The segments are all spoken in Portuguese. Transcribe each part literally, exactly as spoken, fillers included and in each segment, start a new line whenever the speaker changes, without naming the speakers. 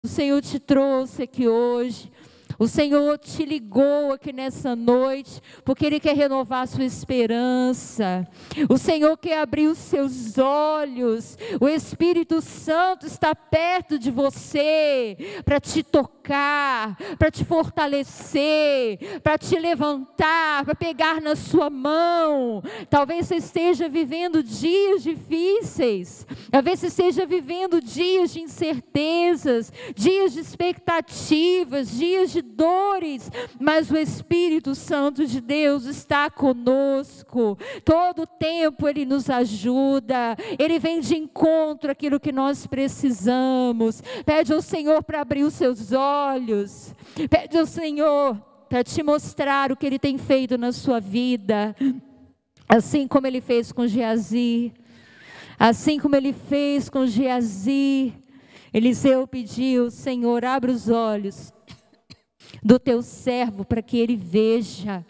O Senhor te trouxe aqui hoje. O Senhor te ligou aqui nessa noite, porque Ele quer renovar a sua esperança. O Senhor quer abrir os seus olhos. O Espírito Santo está perto de você, para te tocar, para te fortalecer, para te levantar, para pegar na sua mão. Talvez você esteja vivendo dias difíceis, talvez você esteja vivendo dias de incertezas, dias de expectativas, dias de dores, mas o Espírito Santo de Deus está conosco, todo tempo Ele nos ajuda, Ele vem de encontro àquilo que nós precisamos. Pede ao Senhor para abrir os seus olhos, pede ao Senhor para te mostrar o que Ele tem feito na sua vida, assim como Ele fez com Geazi, assim como Ele fez com Geazi. Eliseu pediu: Senhor, abre os olhos do teu servo para que ele veja.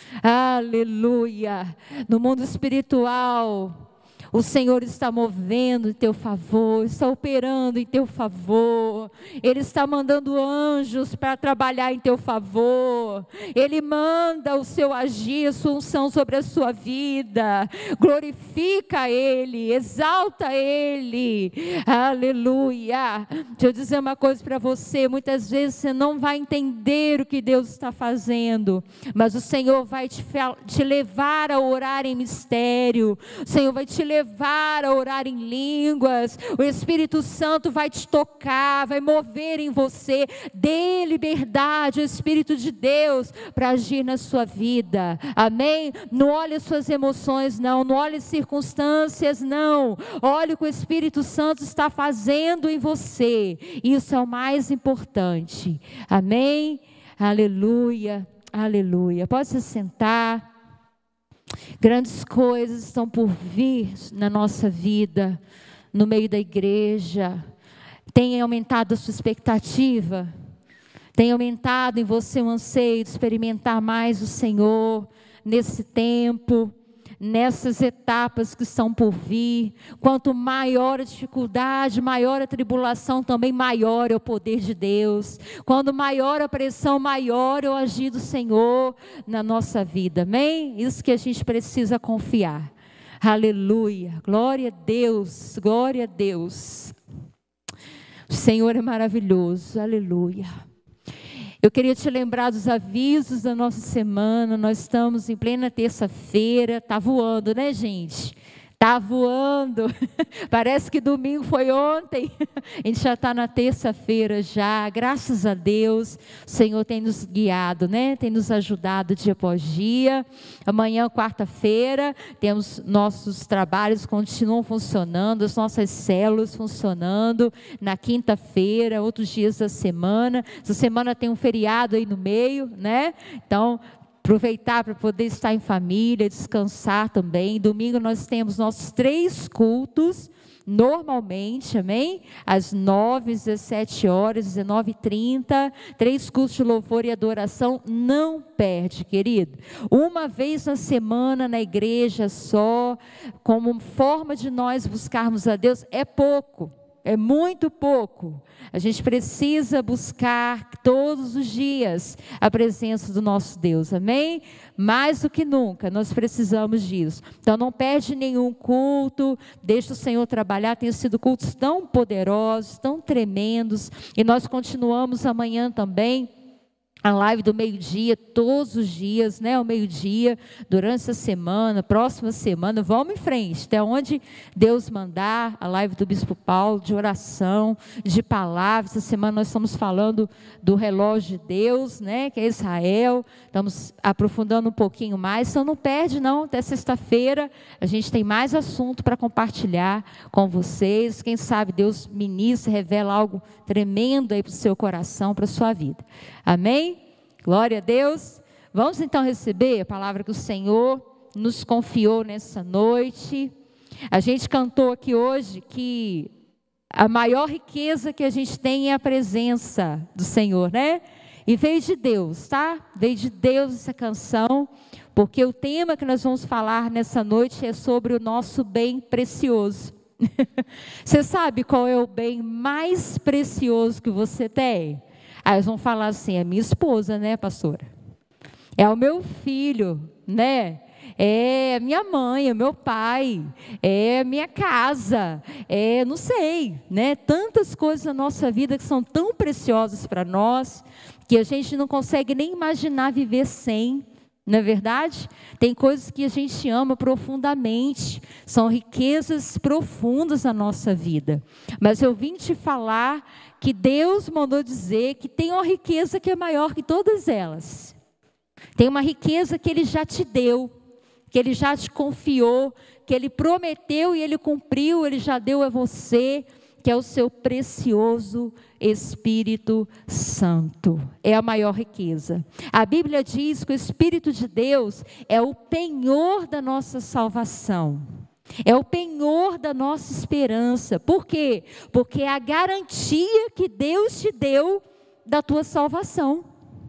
Aleluia. No mundo espiritual, o Senhor está movendo em teu favor, está operando em teu favor. Ele está mandando anjos para trabalhar em teu favor. Ele manda o seu agir, a sua unção sobre a sua vida. Glorifica Ele, exalta Ele. Aleluia. Deixa eu dizer uma coisa para você. Muitas vezes você não vai entender o que Deus está fazendo, mas o Senhor vai te, te levar a orar em mistério. O Senhor vai te levar levar a orar em línguas. O Espírito Santo vai te tocar, vai mover em você. Dê liberdade ao Espírito de Deus para agir na sua vida. Amém? Não olhe as suas emoções, não. Não olhe as circunstâncias, não. Olhe o que o Espírito Santo está fazendo em você. Isso é o mais importante. Amém? Aleluia, aleluia. Pode se sentar. Grandes coisas estão por vir na nossa vida, no meio da igreja. Tem aumentado a sua expectativa? Tem aumentado em você o anseio de experimentar mais o Senhor nesse tempo, nessas etapas que estão por vir? Quanto maior a dificuldade, maior a tribulação, também maior é o poder de Deus. Quando maior a pressão, maior é o agir do Senhor na nossa vida. Amém? Isso que a gente precisa confiar. Aleluia, glória a Deus, glória a Deus. O Senhor é maravilhoso, aleluia. Eu queria te lembrar dos avisos da nossa semana. Nós estamos em plena terça-feira. Está voando, né, gente? Está voando. Parece que domingo foi ontem. A gente já está na terça-feira já. Graças a Deus, o Senhor tem nos guiado, né? Tem nos ajudado dia após dia. Amanhã, quarta-feira, temos nossos trabalhos continuam funcionando, as nossas células funcionando. Na quinta-feira, outros dias da semana. Essa semana tem um feriado aí no meio, né? Então, aproveitar para poder estar em família, descansar também. Domingo nós temos nossos três cultos, normalmente, amém? Às nove, dezessete horas, dezenove e trinta, três cultos de louvor e adoração. Não perde, querido. Uma vez na semana na igreja só, como forma de nós buscarmos a Deus, é pouco. É muito pouco. A gente precisa buscar todos os dias a presença do nosso Deus, amém? Mais do que nunca, nós precisamos disso. Então não perde nenhum culto, deixa o Senhor trabalhar. Tem sido cultos tão poderosos, tão tremendos, e nós continuamos amanhã também. A live do meio-dia, todos os dias, né, ao meio-dia, durante essa semana, próxima semana, vamos em frente, até onde Deus mandar, a live do Bispo Paulo, de oração, de palavras. Essa semana nós estamos falando do relógio de Deus, né, que é Israel, estamos aprofundando um pouquinho mais, então não perde não, até sexta-feira, a gente tem mais assunto para compartilhar com vocês. Quem sabe Deus ministra, revela algo tremendo aí para o seu coração, para a sua vida. Amém? Glória a Deus. Vamos então receber a palavra que o Senhor nos confiou nessa noite. A gente cantou aqui hoje que a maior riqueza que a gente tem é a presença do Senhor, né? E veio de Deus, tá? Veio de Deus essa canção, porque o tema que nós vamos falar nessa noite é sobre o nosso bem precioso. Você sabe qual é o bem mais precioso que você tem? Aí eles vão falar assim, é minha esposa, né, pastora? É o meu filho, né? É minha mãe, é meu pai, é minha casa, é, não sei, né? Tantas coisas na nossa vida que são tão preciosas para nós, que a gente não consegue nem imaginar viver sem, não é verdade? Tem coisas que a gente ama profundamente, são riquezas profundas na nossa vida. Mas eu vim te falar que Deus mandou dizer que tem uma riqueza que é maior que todas elas. Tem uma riqueza que Ele já te deu, que Ele já te confiou, que Ele prometeu e Ele cumpriu, Ele já deu a você, que é o seu precioso Espírito Santo. É a maior riqueza. A Bíblia diz que o Espírito de Deus é o penhor da nossa salvação. É o penhor da nossa esperança. Por quê? Porque é a garantia que Deus te deu da tua salvação.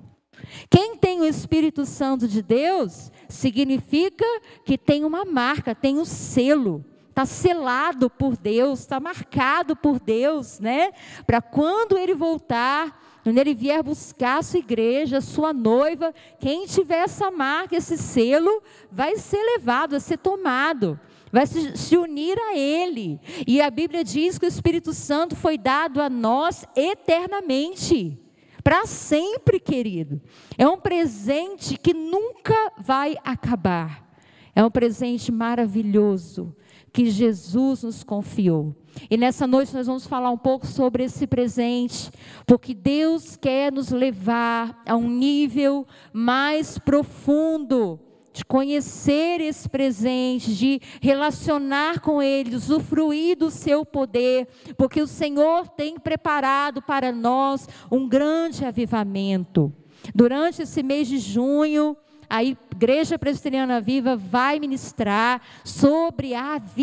Quem tem o Espírito Santo de Deus, significa que tem uma marca, tem um selo. Está selado por Deus, está marcado por Deus, né? Para quando Ele voltar, quando Ele vier buscar a sua igreja, a sua noiva, quem tiver essa marca, esse selo, vai ser levado, vai ser tomado, vai se, se unir a Ele. E a Bíblia diz que o Espírito Santo foi dado a nós eternamente, para sempre, querido. É um presente que nunca vai acabar. É um presente maravilhoso que Jesus nos confiou. E nessa noite nós vamos falar um pouco sobre esse presente, porque Deus quer nos levar a um nível mais profundo, de conhecer esse presente, de relacionar com Ele, usufruir do seu poder, porque o Senhor tem preparado para nós um grande avivamento. Durante esse mês de junho, a Igreja Presbiteriana Viva vai ministrar sobre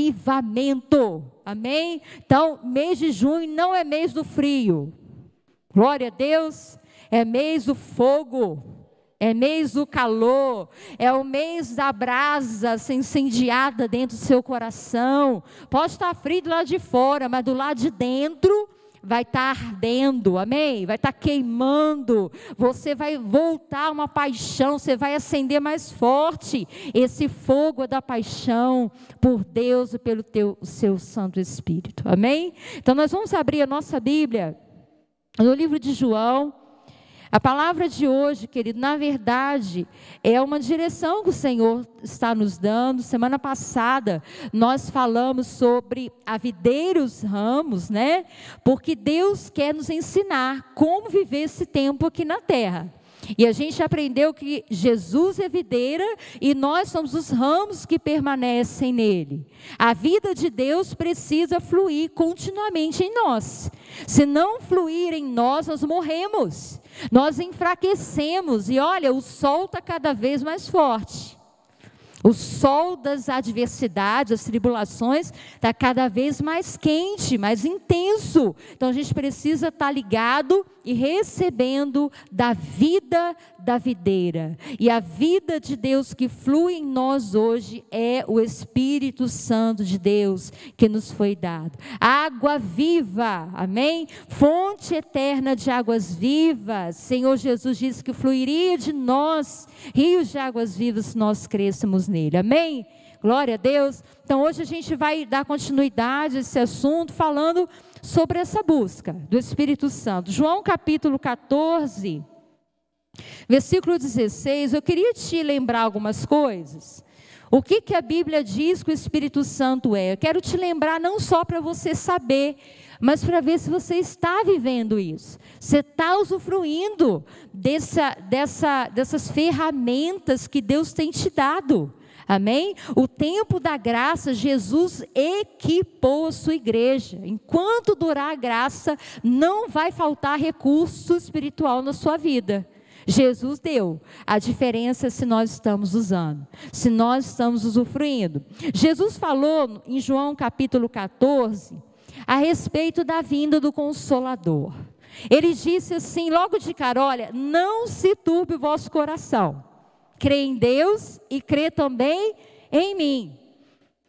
avivamento, amém? Então, mês de junho não é mês do frio, glória a Deus, é mês do fogo, é mês do calor, é o mês da brasa ser incendiada dentro do seu coração. Pode estar frio do lado de fora, mas do lado de dentro vai estar ardendo, amém? Vai estar queimando, você vai voltar a uma paixão, você vai acender mais forte esse fogo da paixão por Deus e pelo teu, seu Santo Espírito, amém? Então nós vamos abrir a nossa Bíblia no livro de João. A palavra de hoje, querido, na verdade, é uma direção que o Senhor está nos dando. Semana passada, nós falamos sobre a videira e os ramos, né? Porque Deus quer nos ensinar como viver esse tempo aqui na terra. E a gente aprendeu que Jesus é videira e nós somos os ramos que permanecem nele. A vida de Deus precisa fluir continuamente em nós. Se não fluir em nós, nós morremos. Nós enfraquecemos e olha, o sol está cada vez mais forte. O sol das adversidades, das tribulações, está cada vez mais quente, mais intenso. Então a gente precisa estar ligado e recebendo da vida da videira. E a vida de Deus que flui em nós hoje é o Espírito Santo de Deus que nos foi dado. Água viva, amém? Fonte eterna de águas vivas. Senhor Jesus disse que fluiria de nós rios de águas vivas se nós crêssemos nele, amém? Glória a Deus. Então hoje a gente vai dar continuidade a esse assunto falando sobre essa busca do Espírito Santo. João capítulo quatorze, versículo dezesseis, eu queria te lembrar algumas coisas. O que, que a Bíblia diz que o Espírito Santo é? Eu quero te lembrar não só para você saber, mas para ver se você está vivendo isso. Você está usufruindo dessa, dessa, dessas ferramentas que Deus tem te dado. Amém? O tempo da graça, Jesus equipou a sua igreja. Enquanto durar a graça, não vai faltar recurso espiritual na sua vida. Jesus deu. A diferença é se nós estamos usando, se nós estamos usufruindo. Jesus falou em João capítulo quatorze, a respeito da vinda do Consolador. Ele disse assim, logo de cara, olha, não se turbe o vosso coração. Crê em Deus e crê também em mim.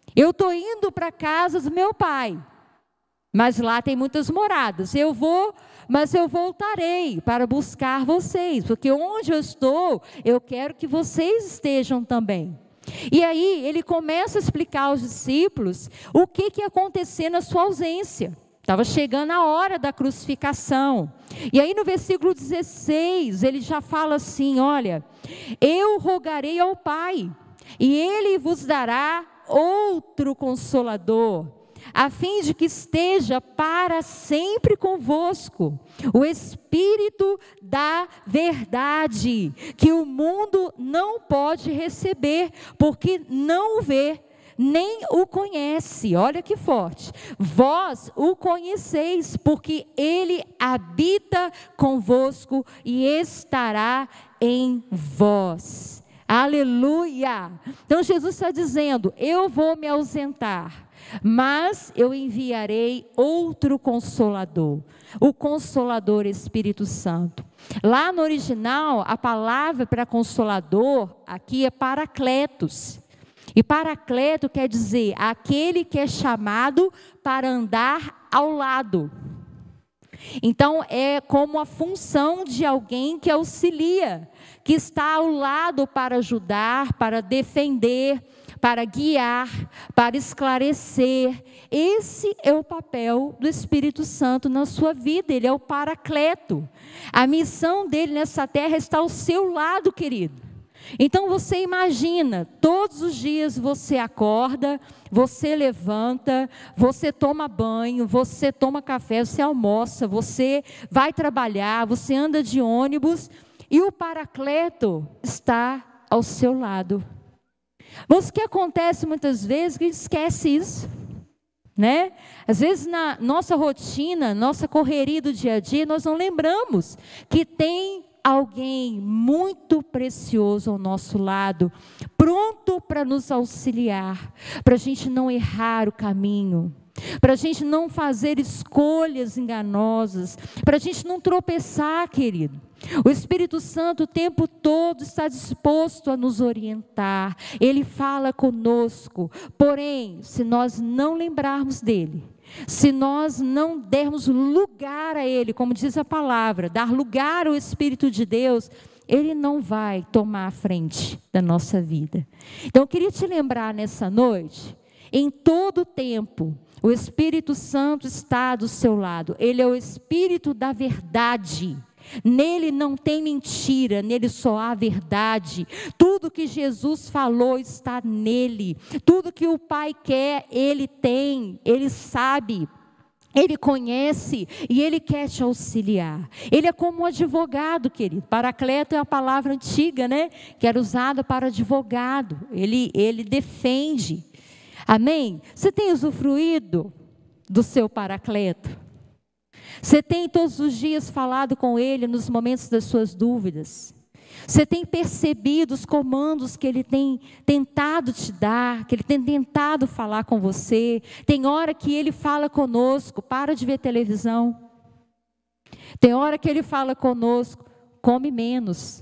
Eu estou indo para a casa do meu pai, mas lá tem muitas moradas. Eu vou, mas eu voltarei para buscar vocês, porque onde eu estou, eu quero que vocês estejam também. E aí ele começa a explicar aos discípulos o que, que ia acontecer na sua ausência. Estava chegando a hora da crucificação. E aí no versículo dezesseis, ele já fala assim, olha, eu rogarei ao Pai, e Ele vos dará outro Consolador, a fim de que esteja para sempre convosco, o Espírito da verdade, que o mundo não pode receber, porque não o vê, nem o conhece. Olha que forte. Vós o conheceis, porque Ele habita convosco e estará em vós. Aleluia! Então Jesus está dizendo, eu vou me ausentar, mas eu enviarei outro Consolador, o Consolador Espírito Santo. Lá no original, a palavra para Consolador, aqui é Paracletos. E Paracleto quer dizer, aquele que é chamado para andar ao lado. Então é como a função de alguém que auxilia, que está ao lado para ajudar, para defender, para guiar, para esclarecer. Esse é o papel do Espírito Santo na sua vida, ele é o Paracleto. A missão dele nessa terra está ao seu lado, querido. Então você imagina, todos os dias você acorda, você levanta, você toma banho, você toma café, você almoça, você vai trabalhar, você anda de ônibus e o Paracleto está ao seu lado. Mas o que acontece muitas vezes é que a gente esquece isso, né? Às vezes na nossa rotina, nossa correria do dia a dia, nós não lembramos que tem alguém muito precioso ao nosso lado, pronto para nos auxiliar, para a gente não errar o caminho, para a gente não fazer escolhas enganosas, para a gente não tropeçar, querido. O Espírito Santo o tempo todo está disposto a nos orientar, Ele fala conosco, porém, se nós não lembrarmos dEle, se nós não dermos lugar a Ele, como diz a palavra, dar lugar ao Espírito de Deus, Ele não vai tomar a frente da nossa vida. Então eu queria te lembrar nessa noite, em todo tempo, o Espírito Santo está do seu lado, Ele é o Espírito da verdade. Nele não tem mentira, nele só há verdade. Tudo que Jesus falou está nele. Tudo que o Pai quer, Ele tem, Ele sabe, Ele conhece e Ele quer te auxiliar. Ele é como um advogado, querido. Paracleto é uma palavra antiga, né? Que era usada para advogado. Ele, ele defende. Amém? Você tem usufruído do seu Paracleto? Você tem todos os dias falado com Ele nos momentos das suas dúvidas? Você tem percebido os comandos que Ele tem tentado te dar, que Ele tem tentado falar com você? Tem hora que Ele fala conosco, para de ver televisão. Tem hora que Ele fala conosco, come menos.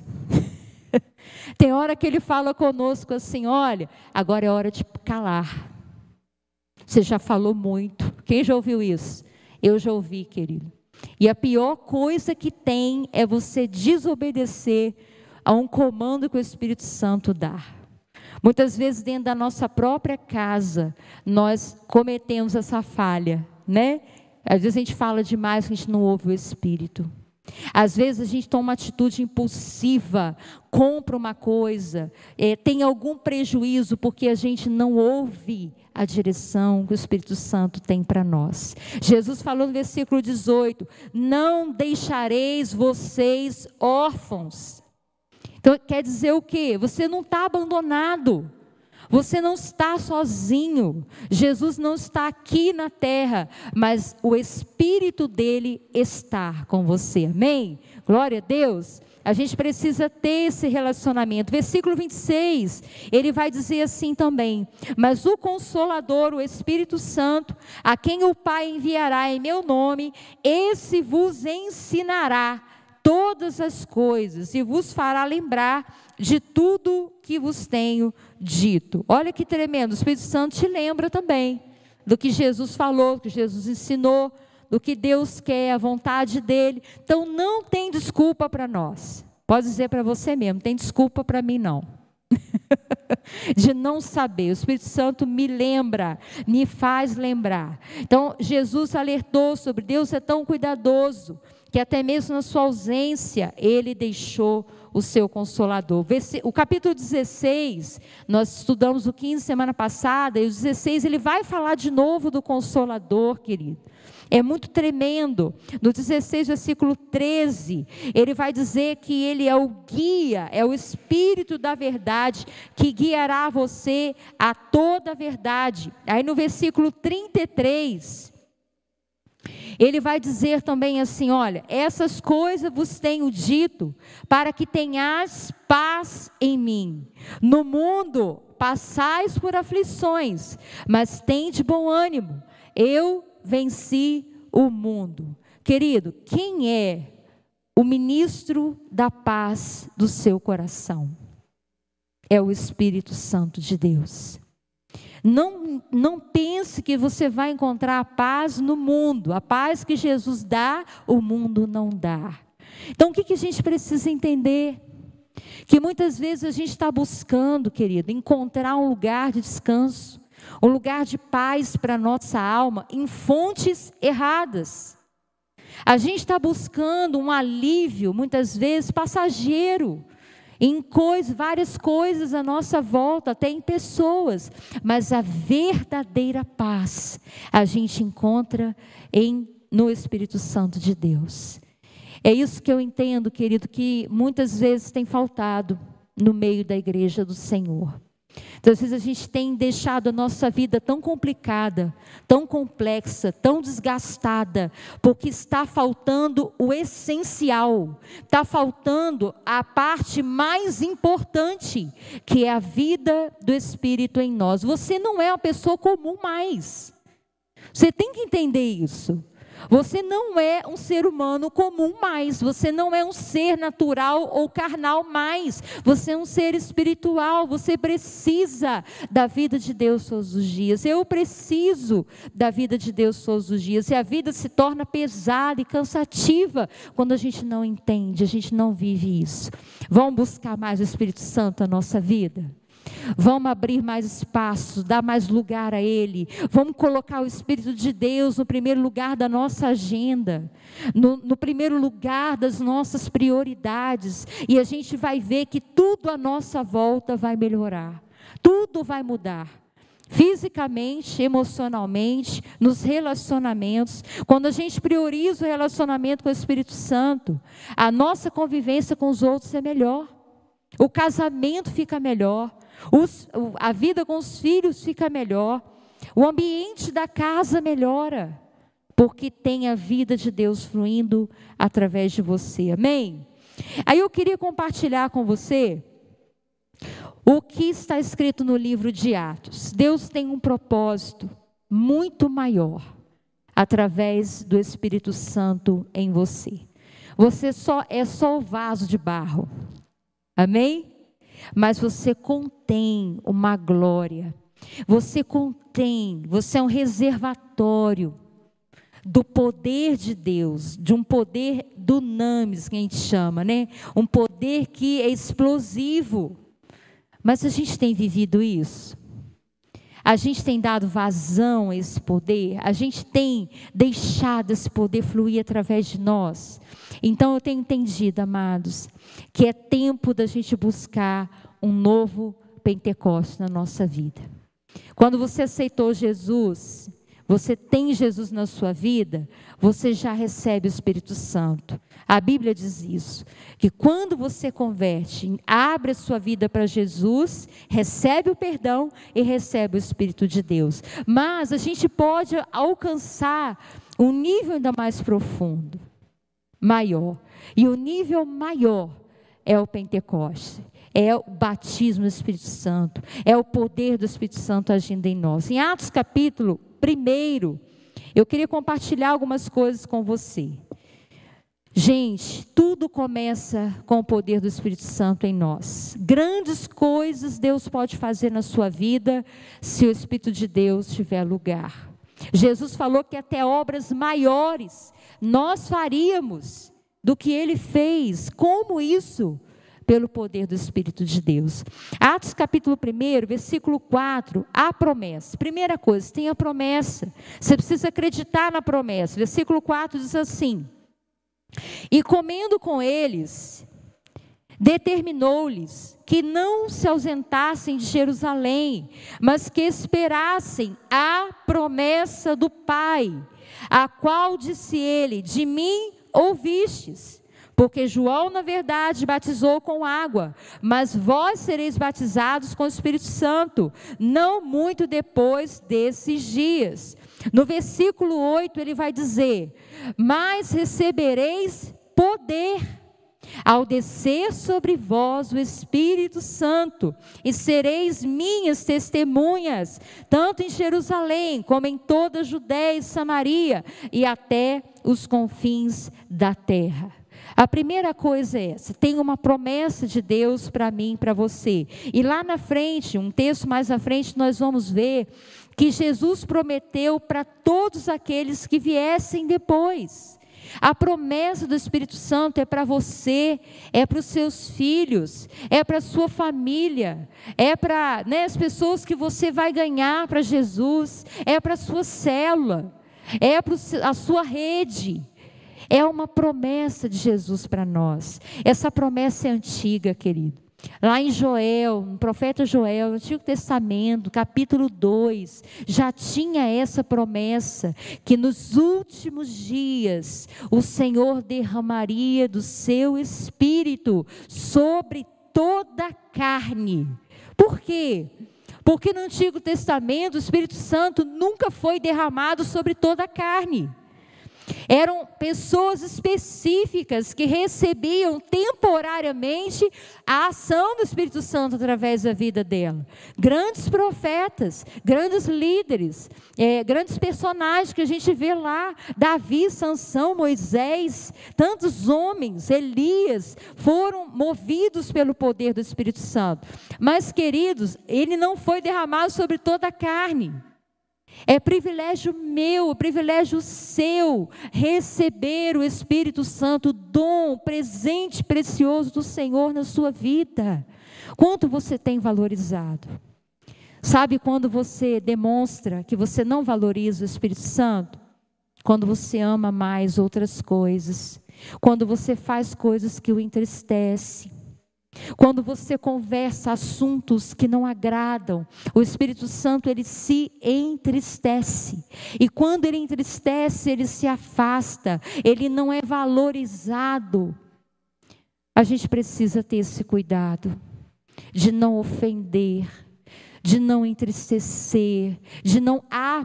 Tem hora que Ele fala conosco assim, olha, agora é hora de calar. Você já falou muito. Quem já ouviu isso? Eu já ouvi, querido. E a pior coisa que tem é você desobedecer a um comando que o Espírito Santo dá. Muitas vezes dentro da nossa própria casa, nós cometemos essa falha, né? Às vezes a gente fala demais, a gente não ouve o Espírito. Às vezes a gente toma uma atitude impulsiva, compra uma coisa, é, tem algum prejuízo porque a gente não ouve a direção que o Espírito Santo tem para nós. Jesus falou no versículo dezoito, não deixareis vocês órfãos. Então quer dizer o quê? Você não está abandonado. Você não está sozinho, Jesus não está aqui na terra, mas o Espírito dele está com você, amém? Glória a Deus, a gente precisa ter esse relacionamento. Versículo vinte e seis, ele vai dizer assim também, mas o Consolador, o Espírito Santo, a quem o Pai enviará em meu nome, esse vos ensinará todas todas as coisas e vos fará lembrar de tudo que vos tenho dito. Olha que tremendo, o Espírito Santo te lembra também do que Jesus falou, do que Jesus ensinou, do que Deus quer, a vontade dele. Então não tem desculpa para nós. Pode dizer para você mesmo, não tem desculpa para mim não. De não saber. O Espírito Santo me lembra, me faz lembrar. Então Jesus alertou sobre Deus é tão cuidadoso que até mesmo na sua ausência ele deixou o seu Consolador. O capítulo dezesseis, nós estudamos o quinze semana passada, e o dezesseis ele vai falar de novo do Consolador, querido. É muito tremendo. No dezesseis, versículo treze, ele vai dizer que ele é o guia, é o Espírito da verdade, que guiará você a toda a verdade. Aí no versículo trinta e três, ele vai dizer também assim, olha, essas coisas vos tenho dito, para que tenhais paz em mim. No mundo passais por aflições, mas tende bom ânimo, eu venci o mundo. Querido, quem é o ministro da paz do seu coração? É o Espírito Santo de Deus. Não, não pense que você vai encontrar a paz no mundo. A paz que Jesus dá, o mundo não dá. Então o que, que a gente precisa entender? Que muitas vezes a gente está buscando, querido, encontrar um lugar de descanso, um lugar de paz para a nossa alma, em fontes erradas. A gente está buscando um alívio, muitas vezes passageiro, em coisas, várias coisas à nossa volta, até em pessoas, mas a verdadeira paz a gente encontra em, no Espírito Santo de Deus. É isso que eu entendo, querido, que muitas vezes tem faltado no meio da igreja do Senhor. Então, às vezes a gente tem deixado a nossa vida tão complicada, tão complexa, tão desgastada, porque está faltando o essencial, está faltando a parte mais importante, que é a vida do Espírito em nós. Você não é uma pessoa comum mais, você tem que entender isso. Você não é um ser humano comum mais, você não é um ser natural ou carnal mais, você é um ser espiritual, você precisa da vida de Deus todos os dias. Eu preciso da vida de Deus todos os dias, e a vida se torna pesada e cansativa quando a gente não entende, a gente não vive isso. Vamos buscar mais o Espírito Santo na nossa vida? Vamos abrir mais espaço, dar mais lugar a Ele. Vamos colocar o Espírito de Deus no primeiro lugar da nossa agenda, no, no primeiro lugar das nossas prioridades. E a gente vai ver que tudo à nossa volta vai melhorar, tudo vai mudar. Fisicamente, emocionalmente, nos relacionamentos. Quando a gente prioriza o relacionamento com o Espírito Santo, a nossa convivência com os outros é melhor. O casamento fica melhor. Os, a vida com os filhos fica melhor, o ambiente da casa melhora, porque tem a vida de Deus fluindo através de você, amém? Aí eu queria compartilhar com você o que está escrito no livro de Atos. Deus tem um propósito muito maior através do Espírito Santo em você. Você só é só o vaso de barro, amém? Mas você contém uma glória, você contém, você é um reservatório do poder de Deus, de um poder dunamis, que a gente chama, né? Um poder que é explosivo. Mas a gente tem vivido isso? A gente tem dado vazão a esse poder? A gente tem deixado esse poder fluir através de nós? Então eu tenho entendido, amados, que é tempo da gente buscar um novo Pentecostes na nossa vida. Quando você aceitou Jesus, você tem Jesus na sua vida, você já recebe o Espírito Santo. A Bíblia diz isso, que quando você converte, abre a sua vida para Jesus, recebe o perdão e recebe o Espírito de Deus. Mas a gente pode alcançar um nível ainda mais profundo, maior. E o nível maior é o Pentecostes, é o batismo do Espírito Santo, é o poder do Espírito Santo agindo em nós. Em Atos capítulo primeiro, eu queria compartilhar algumas coisas com você. Gente, tudo começa com o poder do Espírito Santo em nós. Grandes coisas Deus pode fazer na sua vida, se o Espírito de Deus tiver lugar. Jesus falou que até obras maiores nós faríamos do que Ele fez. Como isso? Pelo poder do Espírito de Deus. Atos capítulo um, versículo quatro, a promessa. Primeira coisa, tem a promessa. Você precisa acreditar na promessa. Versículo quatro diz assim: e comendo com eles, determinou-lhes que não se ausentassem de Jerusalém, mas que esperassem a promessa do Pai, a qual disse ele: de mim ouvistes. Porque João, na verdade, batizou com água, mas vós sereis batizados com o Espírito Santo, não muito depois desses dias. No versículo oito ele vai dizer: mas recebereis poder, ao descer sobre vós o Espírito Santo, e sereis minhas testemunhas, tanto em Jerusalém, como em toda a Judéia e Samaria, e até os confins da terra. A primeira coisa é essa: tem uma promessa de Deus para mim e para você. E lá na frente, um texto mais à frente, nós vamos ver que Jesus prometeu para todos aqueles que viessem depois. A promessa do Espírito Santo é para você, é para os seus filhos, é para a sua família, é para, né, as pessoas que você vai ganhar para Jesus, é para a sua célula, é para a sua rede. É uma promessa de Jesus para nós. Essa promessa é antiga, querido. Lá em Joel, no profeta Joel, no Antigo Testamento, capítulo dois, já tinha essa promessa, que nos últimos dias o Senhor derramaria do seu Espírito sobre toda a carne. Por quê? Porque no Antigo Testamento o Espírito Santo nunca foi derramado sobre toda a carne. Eram pessoas específicas que recebiam temporariamente a ação do Espírito Santo através da vida dela. Grandes profetas, grandes líderes, é, grandes personagens que a gente vê lá: Davi, Sansão, Moisés, tantos homens, Elias, foram movidos pelo poder do Espírito Santo. Mas, queridos, ele não foi derramado sobre toda a carne. É privilégio meu, privilégio seu, receber o Espírito Santo, o dom, o presente precioso do Senhor na sua vida. Quanto você tem valorizado? Sabe quando você demonstra que você não valoriza o Espírito Santo? Quando você ama mais outras coisas, quando você faz coisas que o entristecem, quando você conversa assuntos que não agradam, o Espírito Santo, ele se entristece. E quando ele entristece, ele se afasta, ele não é valorizado. A gente precisa ter esse cuidado de não ofender, de não entristecer, de não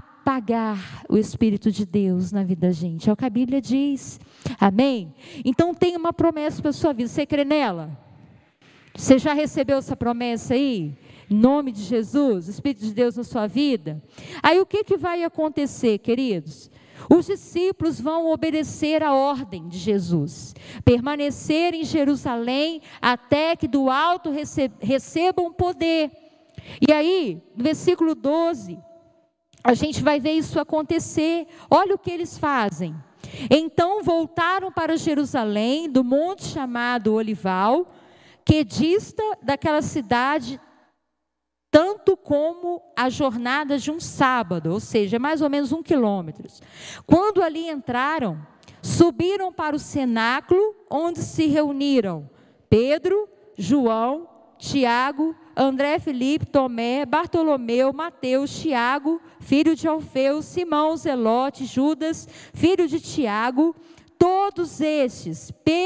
apagar o Espírito de Deus na vida da gente. É o que a Bíblia diz. Amém? Então tem uma promessa para a sua vida. Você crê nela? Você já recebeu essa promessa aí? Em nome de Jesus, Espírito de Deus na sua vida? Aí o que, que vai acontecer, queridos? Os discípulos vão obedecer a ordem de Jesus, permanecer em Jerusalém até que do alto recebam poder. E aí, no versículo doze, a gente vai ver isso acontecer. Olha o que eles fazem. Então voltaram para Jerusalém, do monte chamado Olival, que dista daquela cidade tanto como a jornada de um sábado, ou seja, mais ou menos um quilômetro. Quando ali entraram, subiram para o cenáculo, onde se reuniram Pedro, João, Tiago, André, Filipe, Tomé, Bartolomeu, Mateus, Tiago, filho de Alfeu, Simão, Zelote, Judas, filho de Tiago. Todos estes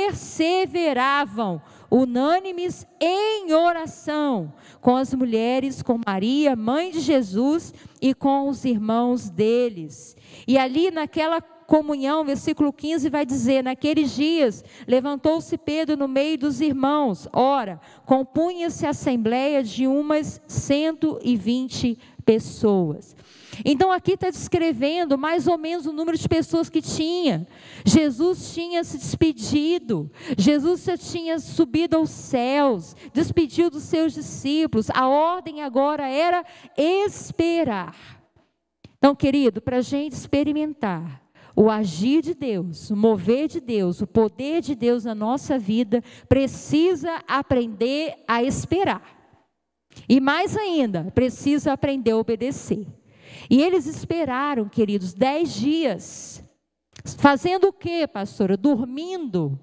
perseveravam unânimes em oração com as mulheres, com Maria, mãe de Jesus, e com os irmãos deles. E ali naquela comunhão, versículo quinze vai dizer: naqueles dias levantou-se Pedro no meio dos irmãos. Ora, compunha-se a assembleia de umas cento e vinte pessoas. Então aqui está descrevendo mais ou menos o número de pessoas que tinha. Jesus tinha se despedido, Jesus já tinha subido aos céus, despediu dos seus discípulos. A ordem agora era esperar. Então, querido, para a gente experimentar o agir de Deus, o mover de Deus, o poder de Deus na nossa vida, precisa aprender a esperar. E mais ainda, precisa aprender a obedecer. E eles esperaram, queridos, dez dias. Fazendo o quê, pastora? Dormindo?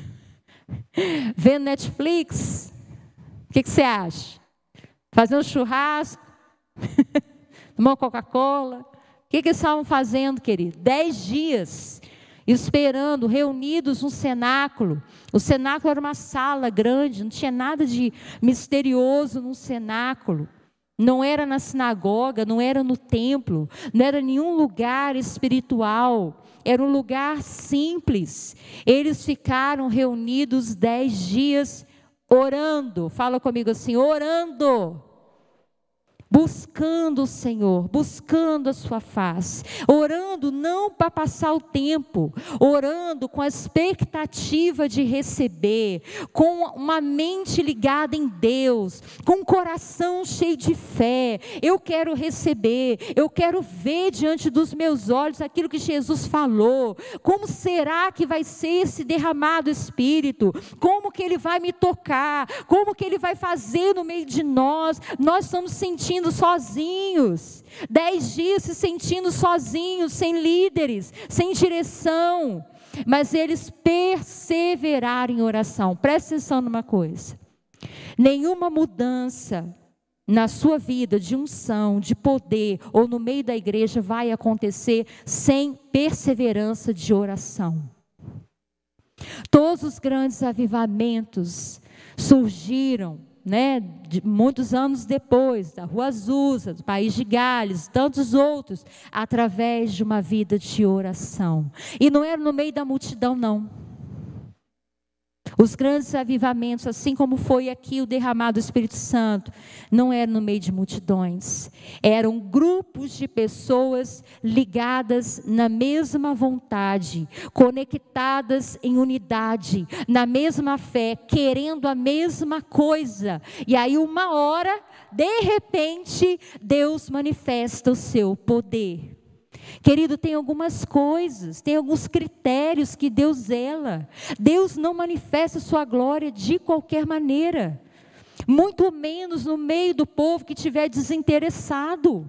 Vendo Netflix? O que, que você acha? Fazendo churrasco? Tomando Coca-Cola? O que, que eles estavam fazendo, querido? Dez dias, esperando, reunidos no cenáculo. O cenáculo era uma sala grande, não tinha nada de misterioso no cenáculo. Não era na sinagoga, não era no templo, não era nenhum lugar espiritual, era um lugar simples. Eles ficaram reunidos dez dias orando, fala comigo assim, orando, buscando o Senhor, buscando a sua face, orando não para passar o tempo, orando com a expectativa de receber, com uma mente ligada em Deus, com um coração cheio de fé. Eu quero receber, eu quero ver diante dos meus olhos aquilo que Jesus falou. Como será que vai ser esse derramado Espírito? Como que Ele vai me tocar? Como que Ele vai fazer no meio de nós? Nós estamos sentindo sozinhos, dez dias se sentindo sozinhos, sem líderes, sem direção, mas eles perseveraram em oração. Presta atenção numa coisa, nenhuma mudança na sua vida de unção, de poder, ou no meio da igreja vai acontecer sem perseverança de oração. Todos os grandes avivamentos surgiram, né, de muitos anos depois, da Rua Azusa, do País de Gales, tantos outros, através de uma vida de oração. E não era no meio da multidão, não. Os grandes avivamentos, assim como foi aqui o derramado do Espírito Santo, não era no meio de multidões. Eram grupos de pessoas ligadas na mesma vontade, conectadas em unidade, na mesma fé, querendo a mesma coisa. E aí uma hora, de repente, Deus manifesta o seu poder. Querido, tem algumas coisas, tem alguns critérios que Deus zela. Deus não manifesta sua glória de qualquer maneira, muito menos no meio do povo que estiver desinteressado,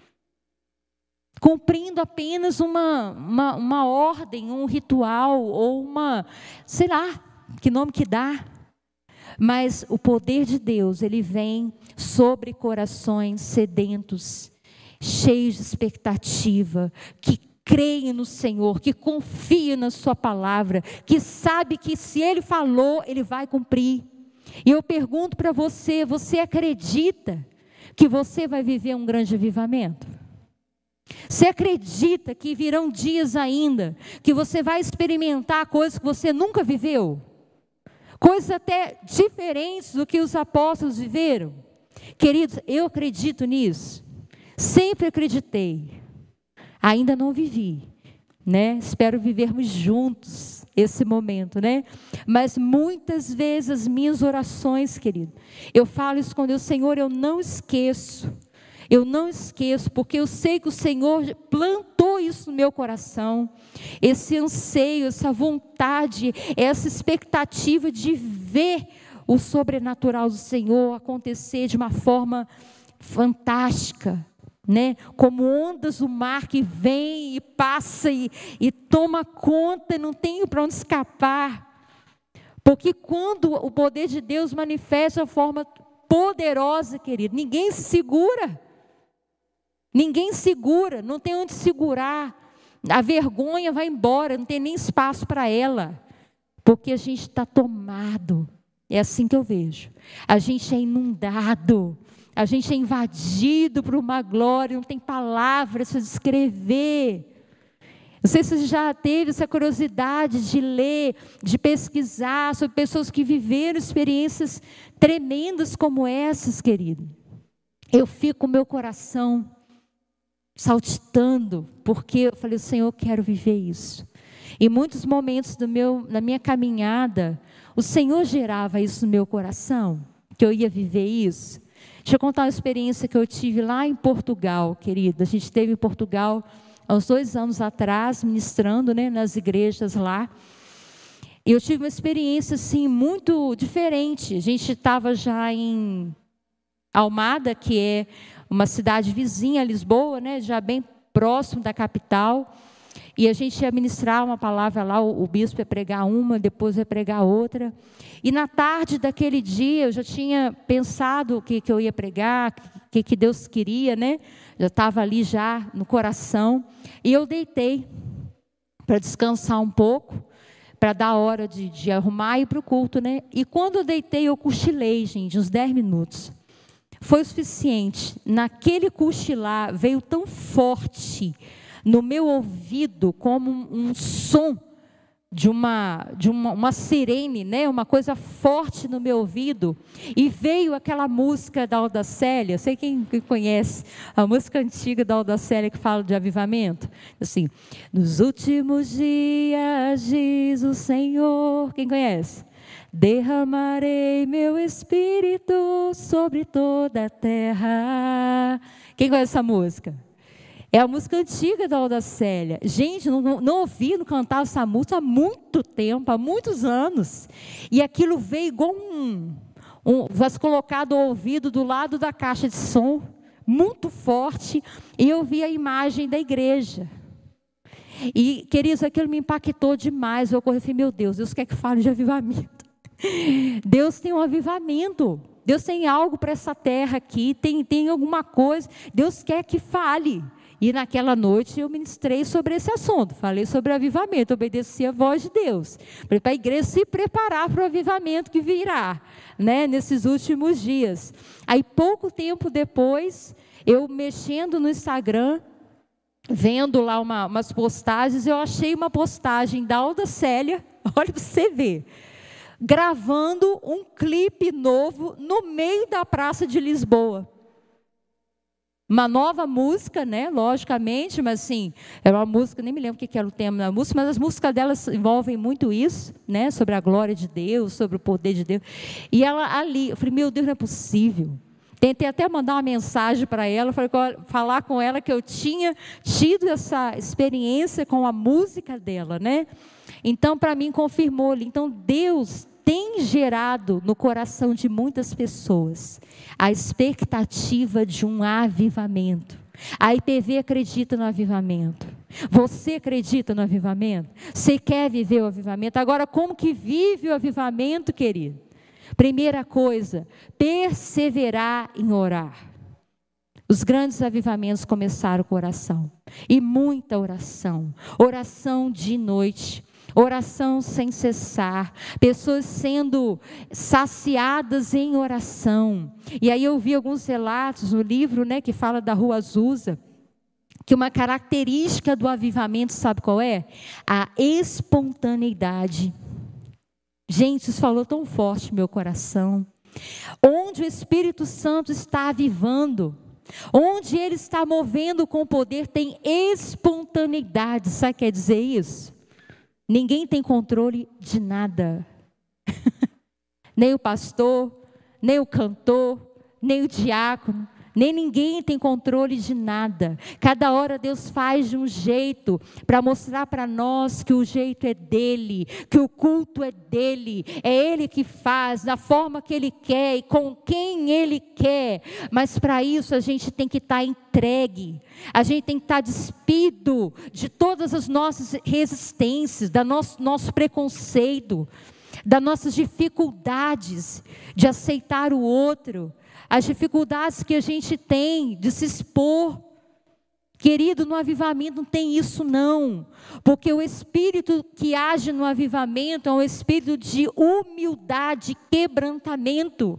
cumprindo apenas uma, uma, uma ordem, um ritual, ou uma, sei lá, que nome que dá. Mas o poder de Deus, ele vem sobre corações sedentos, cheios de expectativa, que creem no Senhor, que confiam na sua palavra, que sabe que se Ele falou, Ele vai cumprir. E eu pergunto para você, você acredita que você vai viver um grande avivamento? Você acredita que virão dias ainda, que você vai experimentar coisas que você nunca viveu? Coisas até diferentes do que os apóstolos viveram? Queridos, eu acredito nisso. Sempre acreditei, ainda não vivi, né? Espero vivermos juntos esse momento, né? Mas muitas vezes as minhas orações, querido, eu falo isso com Deus, Senhor, eu não esqueço, eu não esqueço, porque eu sei que o Senhor plantou isso no meu coração, esse anseio, essa vontade, essa expectativa de ver o sobrenatural do Senhor acontecer de uma forma fantástica, né? Como ondas do mar que vem e passa e, e toma conta, não tem para onde escapar, porque quando o poder de Deus manifesta de forma poderosa, querido, ninguém se segura, ninguém segura, não tem onde segurar, a vergonha vai embora, não tem nem espaço para ela, porque a gente está tomado, é assim que eu vejo, a gente é inundado, a gente é invadido por uma glória, não tem palavras para descrever. Não sei se você já teve essa curiosidade de ler, de pesquisar sobre pessoas que viveram experiências tremendas como essas, querido. Eu fico com o meu coração saltitando, porque eu falei, Senhor, eu quero viver isso. Em muitos momentos do meu, na minha caminhada, o Senhor gerava isso no meu coração, que eu ia viver isso. Deixa eu contar uma experiência que eu tive lá em Portugal, querida. A gente esteve em Portugal há uns dois anos atrás, ministrando, né, nas igrejas lá. E eu tive uma experiência, assim, muito diferente. A gente estava já em Almada, que é uma cidade vizinha a Lisboa, né, já bem próximo da capital. E a gente ia ministrar uma palavra lá, o, o bispo ia pregar uma, depois ia pregar outra. E na tarde daquele dia, eu já tinha pensado o que, que eu ia pregar, o que, que Deus queria, né? Já estava ali já no coração. E eu deitei para descansar um pouco, para dar a hora de, de arrumar e ir para o culto, né? E quando eu deitei, eu cochilei, gente, uns dez minutos. Foi o suficiente. Naquele cochilar, veio tão forte no meu ouvido, como um, um som de, uma, de uma, uma sirene, né? Uma coisa forte no meu ouvido. E veio aquela música da Audacélia, sei quem, quem conhece, a música antiga da Audacélia que fala de avivamento. Assim, nos últimos dias, diz o Senhor, quem conhece? Derramarei meu espírito sobre toda a terra. Quem conhece essa música? É a música antiga da Audacélia. Gente, não, não, não ouvi, não cantava essa música há muito tempo, há muitos anos. E aquilo veio igual um, um vai colocado ao ouvido do lado da caixa de som, muito forte, e eu vi a imagem da igreja. E, queridos, aquilo me impactou demais. Eu corri e falei, meu Deus, Deus quer que fale de avivamento. Deus tem um avivamento. Deus tem algo para essa terra aqui, tem, tem alguma coisa. Deus quer que fale. E naquela noite eu ministrei sobre esse assunto, falei sobre avivamento, obedeci a voz de Deus, para a igreja se preparar para o avivamento que virá, né, nesses últimos dias. Aí pouco tempo depois, eu mexendo no Instagram, vendo lá uma, umas postagens, eu achei uma postagem da Audacélia, olha para você ver, gravando um clipe novo no meio da praça de Lisboa. Uma nova música, né, logicamente, mas assim, era uma música, nem me lembro o que era o tema da música, mas as músicas delas envolvem muito isso, né, sobre a glória de Deus, sobre o poder de Deus. E ela ali, eu falei, meu Deus, não é possível. Tentei até mandar uma mensagem para ela, falei, falar com ela que eu tinha tido essa experiência com a música dela, né? Então, para mim, confirmou-lhe. Então, Deus tem gerado no coração de muitas pessoas a expectativa de um avivamento. A I P V acredita no avivamento. Você acredita no avivamento? Você quer viver o avivamento? Agora, como que vive o avivamento, querido? Primeira coisa, perseverar em orar. Os grandes avivamentos começaram com oração. E muita oração. Oração de noite. Oração sem cessar, pessoas sendo saciadas em oração. E aí eu vi alguns relatos no livro, né, que fala da Rua Azusa, que uma característica do avivamento, sabe qual é? A espontaneidade. Gente, isso falou tão forte no meu coração. Onde o Espírito Santo está avivando, onde Ele está movendo com poder, tem espontaneidade. Sabe o que quer dizer isso? Ninguém tem controle de nada. Nem o pastor, nem o cantor, nem o diácono, nem ninguém tem controle de nada. Cada hora Deus faz de um jeito para mostrar para nós que o jeito é dele, que o culto é dele, é ele que faz, da forma que ele quer e com quem ele quer. Mas para isso a gente tem que estar entregue, a gente tem que estar despido de todas as nossas resistências, do nosso, nosso preconceito, das nossas dificuldades de aceitar o outro, as dificuldades que a gente tem de se expor. Querido, no avivamento não tem isso não, porque o espírito que age no avivamento é um espírito de humildade, quebrantamento.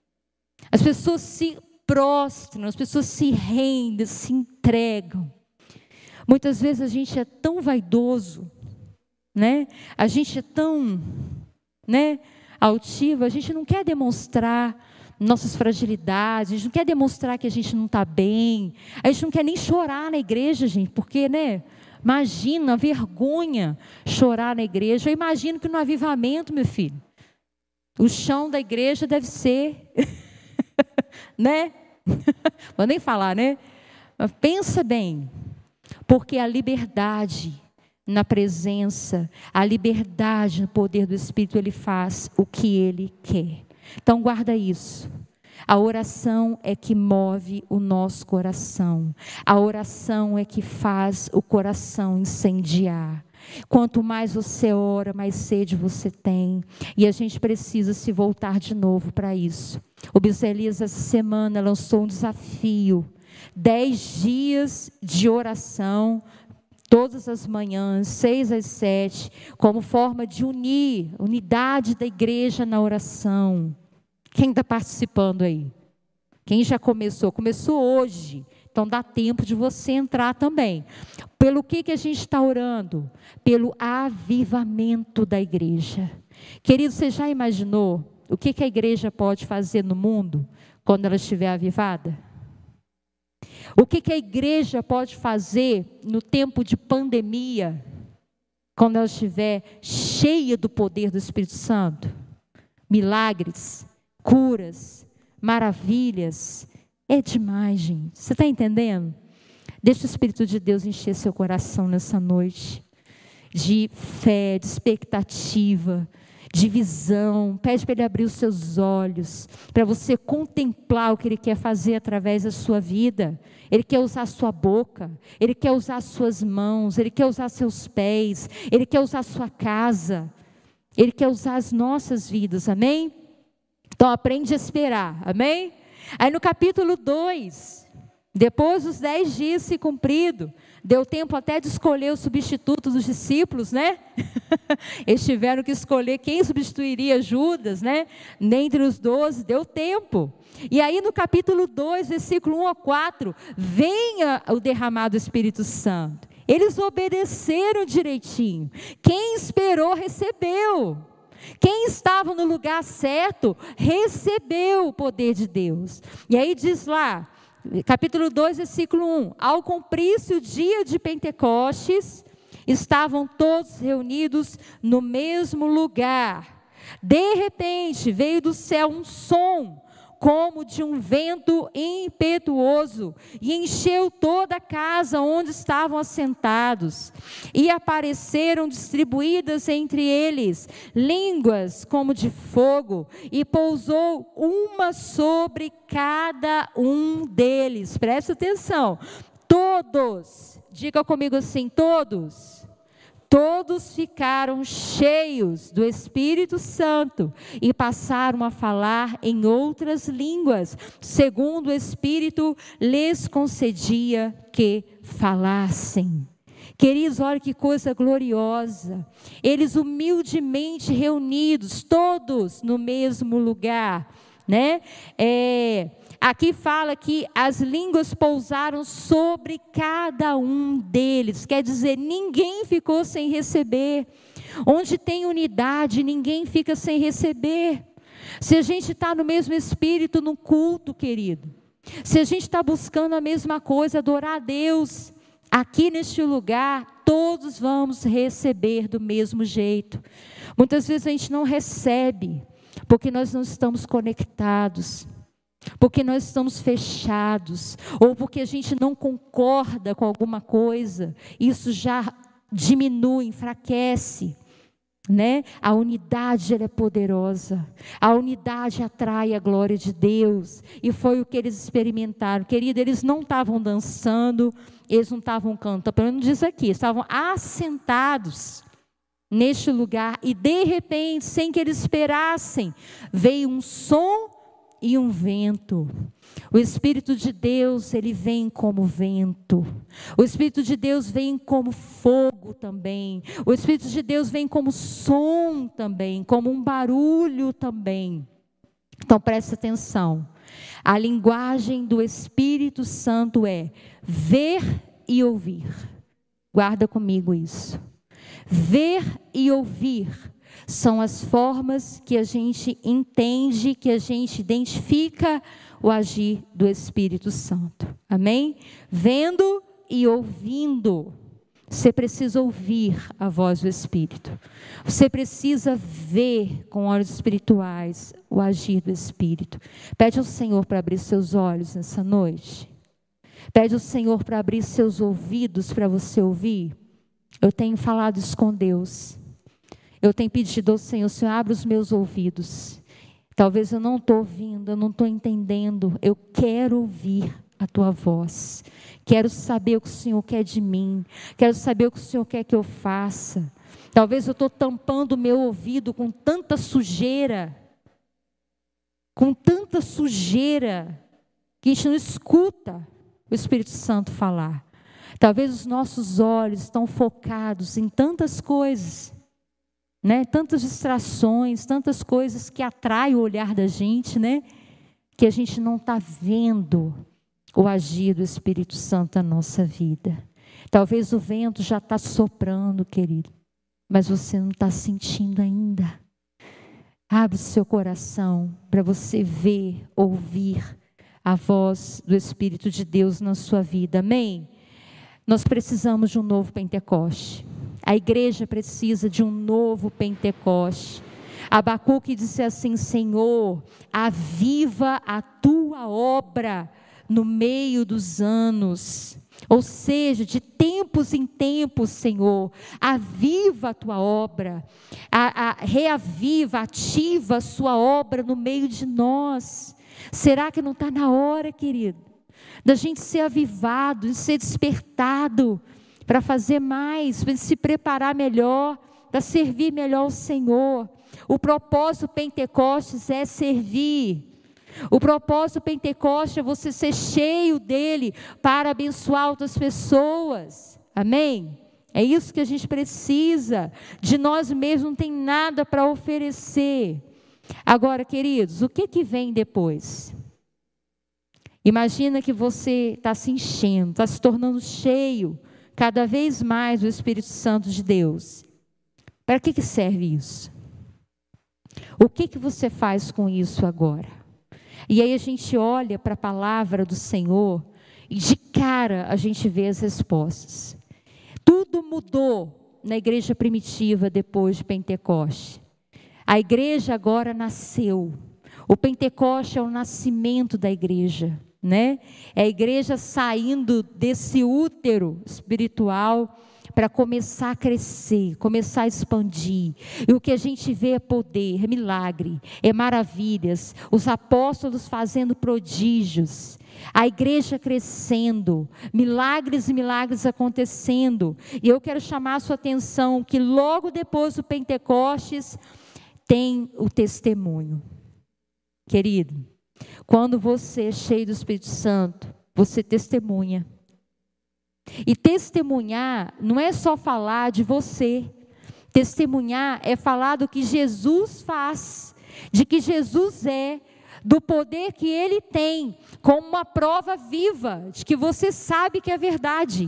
As pessoas se prostram, as pessoas se rendem, se entregam. Muitas vezes a gente é tão vaidoso, né? A gente é tão, né? altiva, a gente não quer demonstrar nossas fragilidades, a gente não quer demonstrar que a gente não está bem, a gente não quer nem chorar na igreja, gente, porque, né? Imagina a vergonha chorar na igreja. Eu imagino que no avivamento, meu filho, o chão da igreja deve ser, né? Vou nem falar, né? Mas pensa bem, porque a liberdade na presença, a liberdade no poder do Espírito, Ele faz o que Ele quer. Então guarda isso. A oração é que move o nosso coração. A oração é que faz o coração incendiar. Quanto mais você ora, mais sede você tem. E a gente precisa se voltar de novo para isso. O Bispo Elias, essa semana, lançou um desafio. Dez dias de oração, todas as manhãs, seis às sete, como forma de unir, unidade da igreja na oração. Quem está participando aí? Quem já começou? Começou hoje. Então dá tempo de você entrar também. Pelo que, que a gente está orando? Pelo avivamento da igreja. Querido, você já imaginou o que, que a igreja pode fazer no mundo quando ela estiver avivada? O que, que a igreja pode fazer no tempo de pandemia, quando ela estiver cheia do poder do Espírito Santo? Milagres, curas, maravilhas. É demais, gente. Você está entendendo? Deixa o Espírito de Deus encher seu coração nessa noite. De fé, de expectativa, de visão. Pede para Ele abrir os seus olhos, para você contemplar o que Ele quer fazer através da sua vida. Ele quer usar a sua boca, Ele quer usar as suas mãos, Ele quer usar seus pés, Ele quer usar a sua casa, Ele quer usar as nossas vidas, amém? Então aprende a esperar, amém? Aí no capítulo dois, depois dos dez dias se cumprido, deu tempo até de escolher o substituto dos discípulos, né? Eles tiveram que escolher quem substituiria Judas, né? Dentre os doze, deu tempo. E aí no capítulo dois, versículo um a quatro, venha o derramado Espírito Santo. Eles obedeceram direitinho. Quem esperou, recebeu. Quem estava no lugar certo, recebeu o poder de Deus. E aí diz lá, capítulo dois, versículo um, ao cumprir-se o dia de Pentecostes, estavam todos reunidos no mesmo lugar. De repente, veio do céu um som, como de um vento impetuoso, e encheu toda a casa onde estavam assentados. E apareceram distribuídas entre eles línguas como de fogo, e pousou uma sobre cada um deles. Presta atenção. Todos, diga comigo assim, todos. Todos ficaram cheios do Espírito Santo e passaram a falar em outras línguas, segundo o Espírito lhes concedia que falassem. Queridos, olha que coisa gloriosa. Eles humildemente reunidos, todos no mesmo lugar, né? É... Aqui fala que as línguas pousaram sobre cada um deles. Quer dizer, ninguém ficou sem receber. Onde tem unidade, ninguém fica sem receber. Se a gente está no mesmo espírito, no culto, querido. Se a gente está buscando a mesma coisa, adorar a Deus. Aqui neste lugar, todos vamos receber do mesmo jeito. Muitas vezes a gente não recebe, porque nós não estamos conectados. Porque nós estamos fechados, ou porque a gente não concorda com alguma coisa, isso já diminui, enfraquece, né? A unidade, ela é poderosa, a unidade atrai a glória de Deus, e foi o que eles experimentaram. Querido, eles não estavam dançando, eles não estavam cantando, pelo menos diz aqui, estavam assentados neste lugar, e de repente, sem que eles esperassem, veio um som e um vento. O Espírito de Deus, ele vem como vento. O Espírito de Deus vem como fogo também. O Espírito de Deus vem como som também, como um barulho também. Então preste atenção. A linguagem do Espírito Santo é ver e ouvir. Guarda comigo isso. Ver e ouvir. São as formas que a gente entende, que a gente identifica o agir do Espírito Santo. Amém? Vendo e ouvindo. Você precisa ouvir a voz do Espírito. Você precisa ver com olhos espirituais o agir do Espírito. Pede ao Senhor para abrir seus olhos nessa noite. Pede ao Senhor para abrir seus ouvidos para você ouvir. Eu tenho falado isso com Deus. Eu tenho pedido ao Senhor, Senhor, abre os meus ouvidos. Talvez eu não estou ouvindo, eu não estou entendendo. Eu quero ouvir a tua voz. Quero saber o que o Senhor quer de mim. Quero saber o que o Senhor quer que eu faça. Talvez eu estou tampando o meu ouvido com tanta sujeira. Com tanta sujeira. Que a gente não escuta o Espírito Santo falar. Talvez os nossos olhos estão focados em tantas coisas. Né? Tantas distrações, tantas coisas que atraem o olhar da gente, né? Que a gente não está vendo o agir do Espírito Santo na nossa vida. Talvez o vento já está soprando, querido, mas você não está sentindo ainda. Abre o seu coração para você ver, ouvir a voz do Espírito de Deus na sua vida. Amém? Nós precisamos de um novo Pentecoste. A igreja precisa de um novo Pentecoste. Abacuque disse assim: Senhor, aviva a tua obra no meio dos anos. Ou seja, de tempos em tempos, Senhor, aviva a tua obra, a, a, reaviva, ativa a sua obra no meio de nós. Será que não está na hora, querido, da gente ser avivado, de ser despertado, para fazer mais, para se preparar melhor, para servir melhor o Senhor? O propósito Pentecostes é servir. O propósito Pentecostes é você ser cheio dele para abençoar outras pessoas. Amém? É isso que a gente precisa. De nós mesmos não tem nada para oferecer. Agora, queridos, o que que vem depois? Imagina que você está se enchendo, está se tornando cheio cada vez mais do Espírito Santo de Deus. Para que que serve isso? O que que você faz com isso agora? E aí a gente olha para a palavra do Senhor e de cara a gente vê as respostas. Tudo mudou na igreja primitiva depois de Pentecoste. A igreja agora nasceu. O Pentecoste é o nascimento da igreja, né? É a igreja saindo desse útero espiritual para começar a crescer, começar a expandir. E o que a gente vê é poder, é milagre, é maravilhas. Os apóstolos fazendo prodígios, a igreja crescendo, milagres e milagres acontecendo. E eu quero chamar a sua atenção que logo depois do Pentecostes tem o testemunho. Querido, quando você é cheio do Espírito Santo, você testemunha. E testemunhar não é só falar de você. Testemunhar é falar do que Jesus faz, de que Jesus é, do poder que Ele tem, como uma prova viva de que você sabe que é verdade.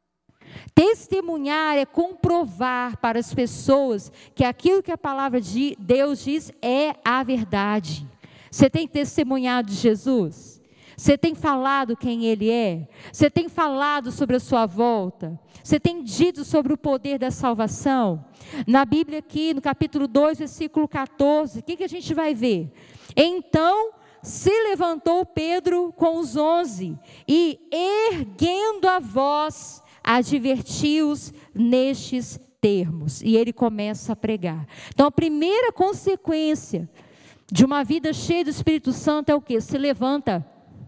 Testemunhar é comprovar para as pessoas que aquilo que a palavra de Deus diz é a verdade. Você tem testemunhado de Jesus? Você tem falado quem Ele é? Você tem falado sobre a sua volta? Você tem dito sobre o poder da salvação? Na Bíblia aqui, no capítulo dois, versículo catorze, o que, que a gente vai ver? Então se levantou Pedro com os onze e, erguendo a voz, advertiu-os nestes termos. E ele começa a pregar. Então a primeira consequência de uma vida cheia do Espírito Santo é o quê? Se levanta.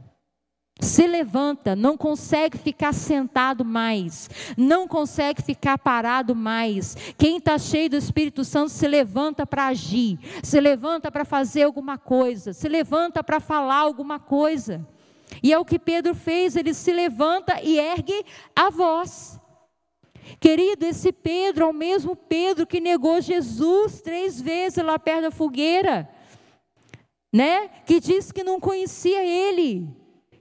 Se levanta, não consegue ficar sentado mais, não consegue ficar parado mais. Quem está cheio do Espírito Santo se levanta para agir, se levanta para fazer alguma coisa, se levanta para falar alguma coisa. E é o que Pedro fez, ele se levanta e ergue a voz. Querido, esse Pedro é o mesmo Pedro que negou Jesus três vezes lá perto da fogueira, né? Que disse que não conhecia ele,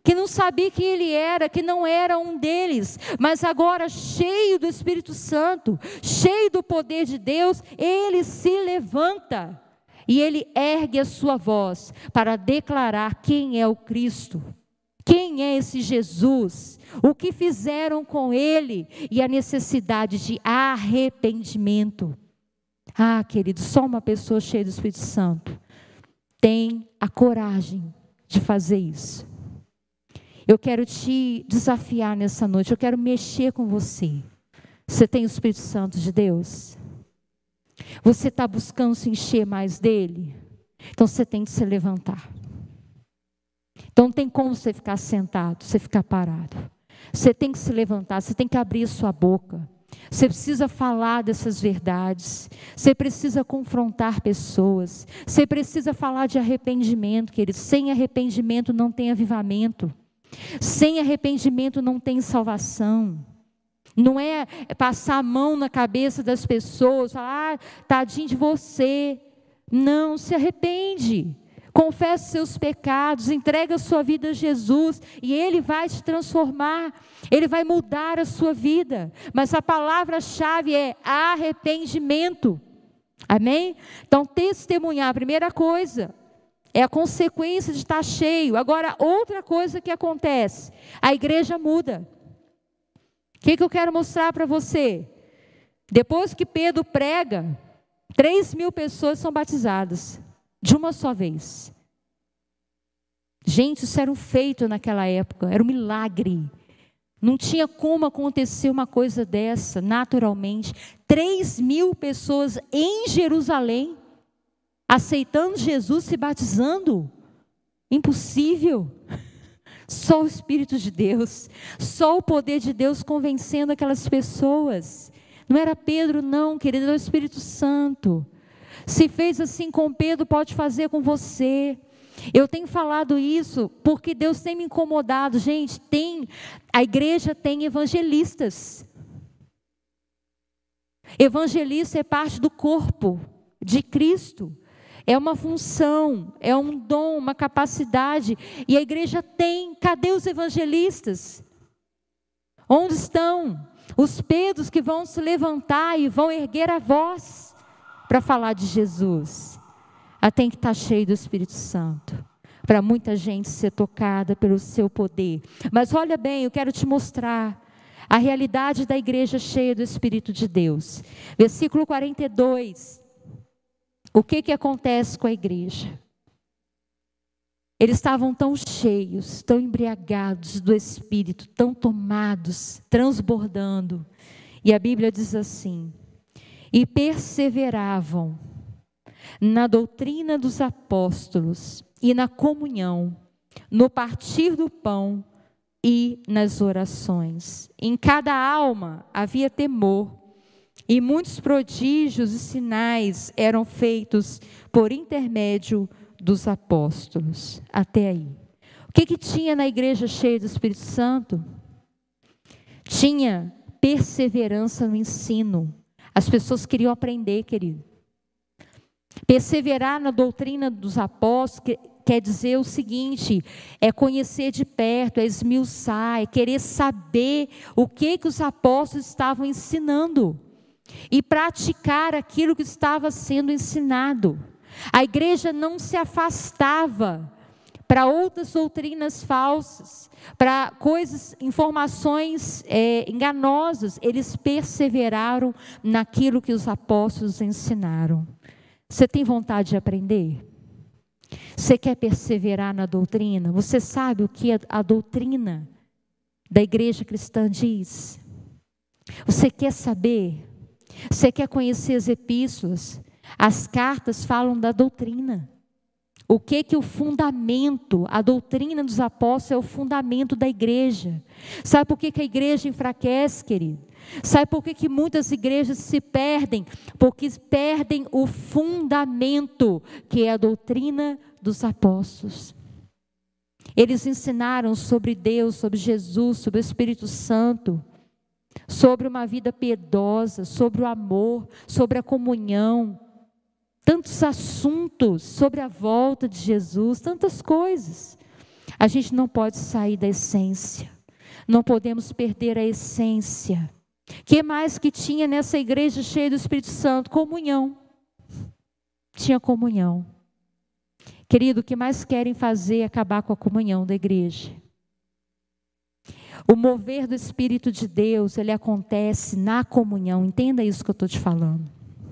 que não sabia quem ele era, que não era um deles, mas agora cheio do Espírito Santo, cheio do poder de Deus, ele se levanta e ele ergue a sua voz para declarar quem é o Cristo, quem é esse Jesus, o que fizeram com ele e a necessidade de arrependimento. Ah, querido, só uma pessoa cheia do Espírito Santo tem a coragem de fazer isso. Eu quero te desafiar nessa noite, eu quero mexer com você. Você tem o Espírito Santo de Deus? Você está buscando se encher mais dele? Então você tem que se levantar. Então não tem como você ficar sentado, você ficar parado. Você tem que se levantar, você tem que abrir sua boca. Você precisa falar dessas verdades, você precisa confrontar pessoas, você precisa falar de arrependimento, querido. Sem arrependimento não tem avivamento, sem arrependimento não tem salvação. Não é passar a mão na cabeça das pessoas, falar, ah, tadinho de você. Não, se arrepende. Confesse seus pecados, entrega a sua vida a Jesus e Ele vai te transformar, Ele vai mudar a sua vida. Mas a palavra-chave é arrependimento. Amém? Então, testemunhar, a primeira coisa, é a consequência de estar cheio. Agora, outra coisa que acontece, a igreja muda. O que, que eu quero mostrar para você? Depois que Pedro prega, três mil pessoas são batizadas. De uma só vez. Gente, isso era um feito naquela época, era um milagre. Não tinha como acontecer uma coisa dessa, naturalmente. Três mil pessoas em Jerusalém, aceitando Jesus, se batizando. Impossível. Só o Espírito de Deus, só o poder de Deus convencendo aquelas pessoas. Não era Pedro não, querido, era o Espírito Santo. Se fez assim com Pedro, pode fazer com você. Eu tenho falado isso porque Deus tem me incomodado. Gente, tem, a igreja tem evangelistas. Evangelista é parte do corpo de Cristo. É uma função, é um dom, uma capacidade. E a igreja tem. Cadê os evangelistas? Onde estão os Pedros que vão se levantar e vão erguer a voz para falar de Jesus? Ela tem que estar cheio do Espírito Santo, para muita gente ser tocada pelo seu poder. Mas olha bem, eu quero te mostrar a realidade da igreja cheia do Espírito de Deus. Versículo quarenta e dois. O que que acontece com a igreja? Eles estavam tão cheios, tão embriagados do Espírito, tão tomados, transbordando. E a Bíblia diz assim: e perseveravam na doutrina dos apóstolos e na comunhão, no partir do pão e nas orações. Em cada alma havia temor, e muitos prodígios e sinais eram feitos por intermédio dos apóstolos. Até aí. O que que tinha na igreja cheia do Espírito Santo? Tinha perseverança no ensino. As pessoas queriam aprender, querido. Perseverar na doutrina dos apóstolos quer dizer o seguinte: é conhecer de perto, é esmiuçar, é querer saber o que, que os apóstolos estavam ensinando e praticar aquilo que estava sendo ensinado. A igreja não se afastava para outras doutrinas falsas, para coisas, informações é, enganosas. Eles perseveraram naquilo que os apóstolos ensinaram. Você tem vontade de aprender? Você quer perseverar na doutrina? Você sabe o que a, a doutrina da igreja cristã diz? Você quer saber? Você quer conhecer as epístolas? As cartas falam da doutrina. O que que o fundamento, a doutrina dos apóstolos é o fundamento da igreja. Sabe por que que a igreja enfraquece, querido? Sabe por que que muitas igrejas se perdem? Porque perdem o fundamento, que é a doutrina dos apóstolos. Eles ensinaram sobre Deus, sobre Jesus, sobre o Espírito Santo, sobre uma vida piedosa, sobre o amor, sobre a comunhão. Tantos assuntos sobre a volta de Jesus, tantas coisas. A gente não pode sair da essência. Não podemos perder a essência. O que mais que tinha nessa igreja cheia do Espírito Santo? Comunhão. Tinha comunhão. Querido, o que mais querem fazer é acabar com a comunhão da igreja. O mover do Espírito de Deus, ele acontece na comunhão. Entenda isso que eu estou te falando.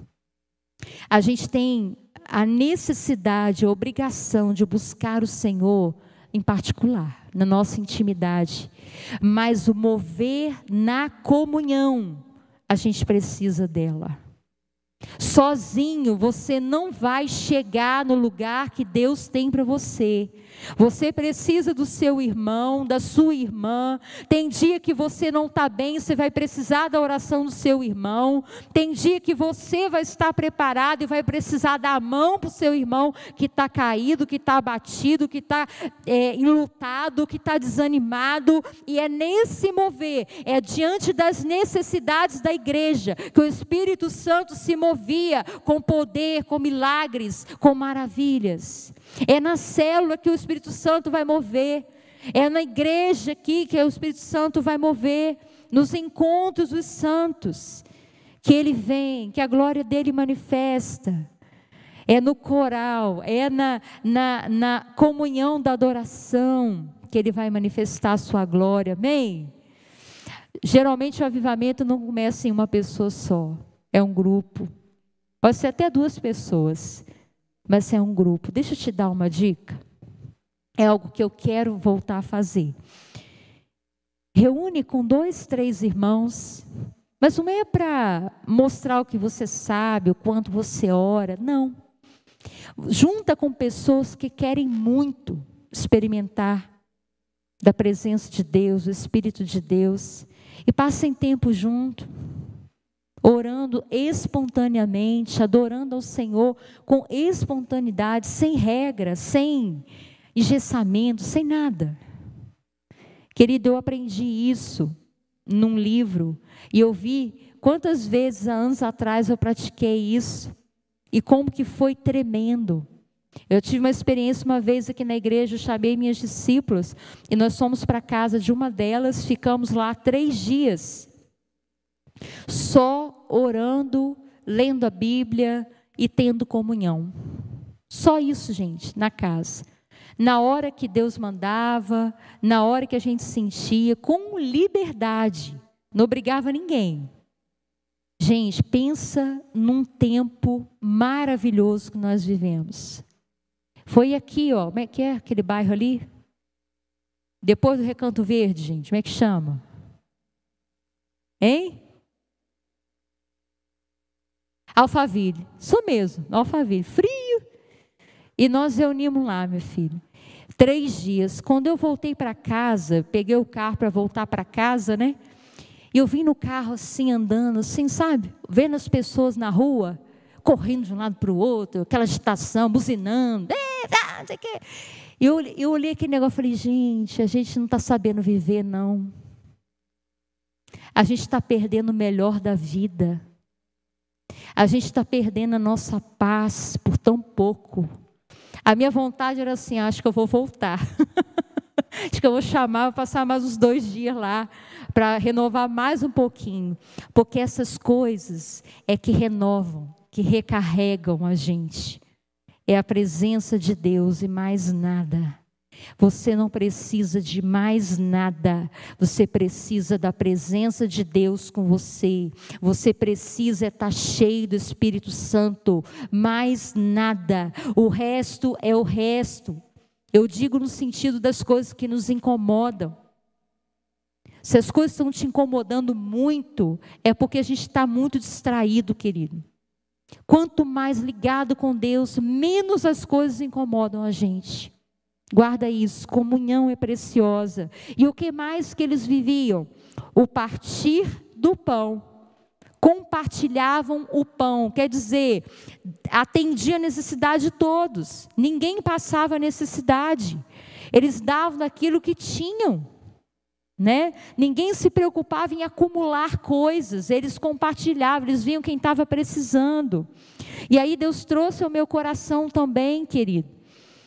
A gente tem a necessidade, a obrigação de buscar o Senhor em particular, na nossa intimidade. Mas o mover na comunhão, a gente precisa dela. Sozinho você não vai chegar no lugar que Deus tem para você. Você precisa do seu irmão, da sua irmã. Tem dia que você não está bem, você vai precisar da oração do seu irmão. Tem dia que você vai estar preparado e vai precisar dar a mão para o seu irmão que está caído, que está abatido, que está é, enlutado, que está desanimado. E é nesse mover, é diante das necessidades da igreja, que o Espírito Santo se movia com poder, com milagres, com maravilhas. É na célula que o Espírito Santo vai mover. É na igreja aqui que o Espírito Santo vai mover. Nos encontros dos santos, que ele vem, que a glória dele manifesta. É no coral, é na, na, na comunhão da adoração que ele vai manifestar a sua glória. Amém? Geralmente o avivamento não começa em uma pessoa só. É um grupo. Pode ser até duas pessoas. Mas é um grupo. Deixa eu te dar uma dica. É algo que eu quero voltar a fazer. Reúne com dois, três irmãos. Mas não é para mostrar o que você sabe, o quanto você ora. Não. Junta com pessoas que querem muito experimentar da presença de Deus, do Espírito de Deus. E passem tempo junto. Orando espontaneamente, adorando ao Senhor com espontaneidade, sem regra, sem engessamento, sem nada. Querido, eu aprendi isso num livro e eu vi quantas vezes há anos atrás eu pratiquei isso e como que foi tremendo. Eu tive uma experiência uma vez aqui na igreja, eu chamei minhas discípulas e nós fomos para a casa de uma delas, ficamos lá três dias. Só orando, lendo a Bíblia e tendo comunhão. Só isso, gente, na casa. Na hora que Deus mandava, na hora que a gente sentia, com liberdade. Não obrigava ninguém. Gente, pensa num tempo maravilhoso que nós vivemos. Foi aqui, ó, como é que é aquele bairro ali? Depois do Recanto Verde, gente, como é que chama? Hein? Alphaville, isso mesmo, Alphaville, frio. E nós reunimos lá, meu filho, três dias. Quando eu voltei para casa, peguei o carro para voltar para casa, né? E eu vim no carro assim, andando, assim, sabe? Vendo as pessoas na rua, correndo de um lado para o outro, aquela agitação, buzinando. Não sei o quê. E eu, eu olhei aquele negócio e falei, gente, a gente não está sabendo viver, não. A gente está perdendo o melhor da vida. A gente está perdendo a nossa paz por tão pouco. A minha vontade era assim, acho que eu vou voltar. Acho que eu vou chamar, vou passar mais uns dois dias lá, para renovar mais um pouquinho. Porque essas coisas é que renovam, que recarregam a gente. É a presença de Deus e mais nada. Você não precisa de mais nada. Você precisa da presença de Deus com você. Você precisa estar cheio do Espírito Santo. Mais nada. O resto é o resto. Eu digo no sentido das coisas que nos incomodam. Se as coisas estão te incomodando muito, é porque a gente está muito distraído, querido. Quanto mais ligado com Deus, menos as coisas incomodam a gente. Guarda isso, comunhão é preciosa. E o que mais que eles viviam? O partir do pão. Compartilhavam o pão, quer dizer, atendia a necessidade de todos. Ninguém passava necessidade. Eles davam daquilo que tinham, né? Ninguém se preocupava em acumular coisas. Eles compartilhavam, eles viam quem estava precisando. E aí Deus trouxe ao meu coração também, querido,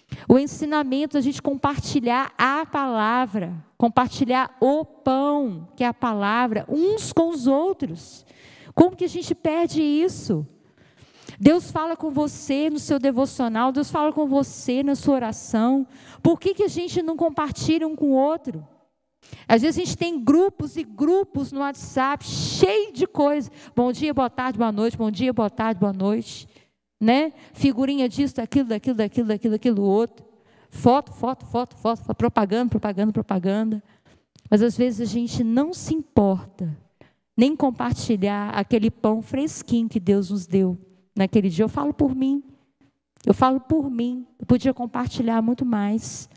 O ensinamento, a gente compartilhar a palavra, compartilhar o pão, que é a palavra, uns com os outros. Como que a gente perde isso? Deus fala com você no seu devocional, Deus fala com você na sua oração. Por que que a gente não compartilha um com o outro? Às vezes a gente tem grupos e grupos no WhatsApp, cheio de coisa. Bom dia, boa tarde, boa noite, bom dia, boa tarde, boa noite. Né? Figurinha disso, daquilo, daquilo, daquilo, daquilo, daquilo outro. Foto, foto, foto, foto, propaganda, propaganda, propaganda. Mas às vezes a gente não se importa nem compartilhar aquele pão fresquinho que Deus nos deu naquele dia. Eu falo por mim, eu falo por mim, eu podia compartilhar muito mais.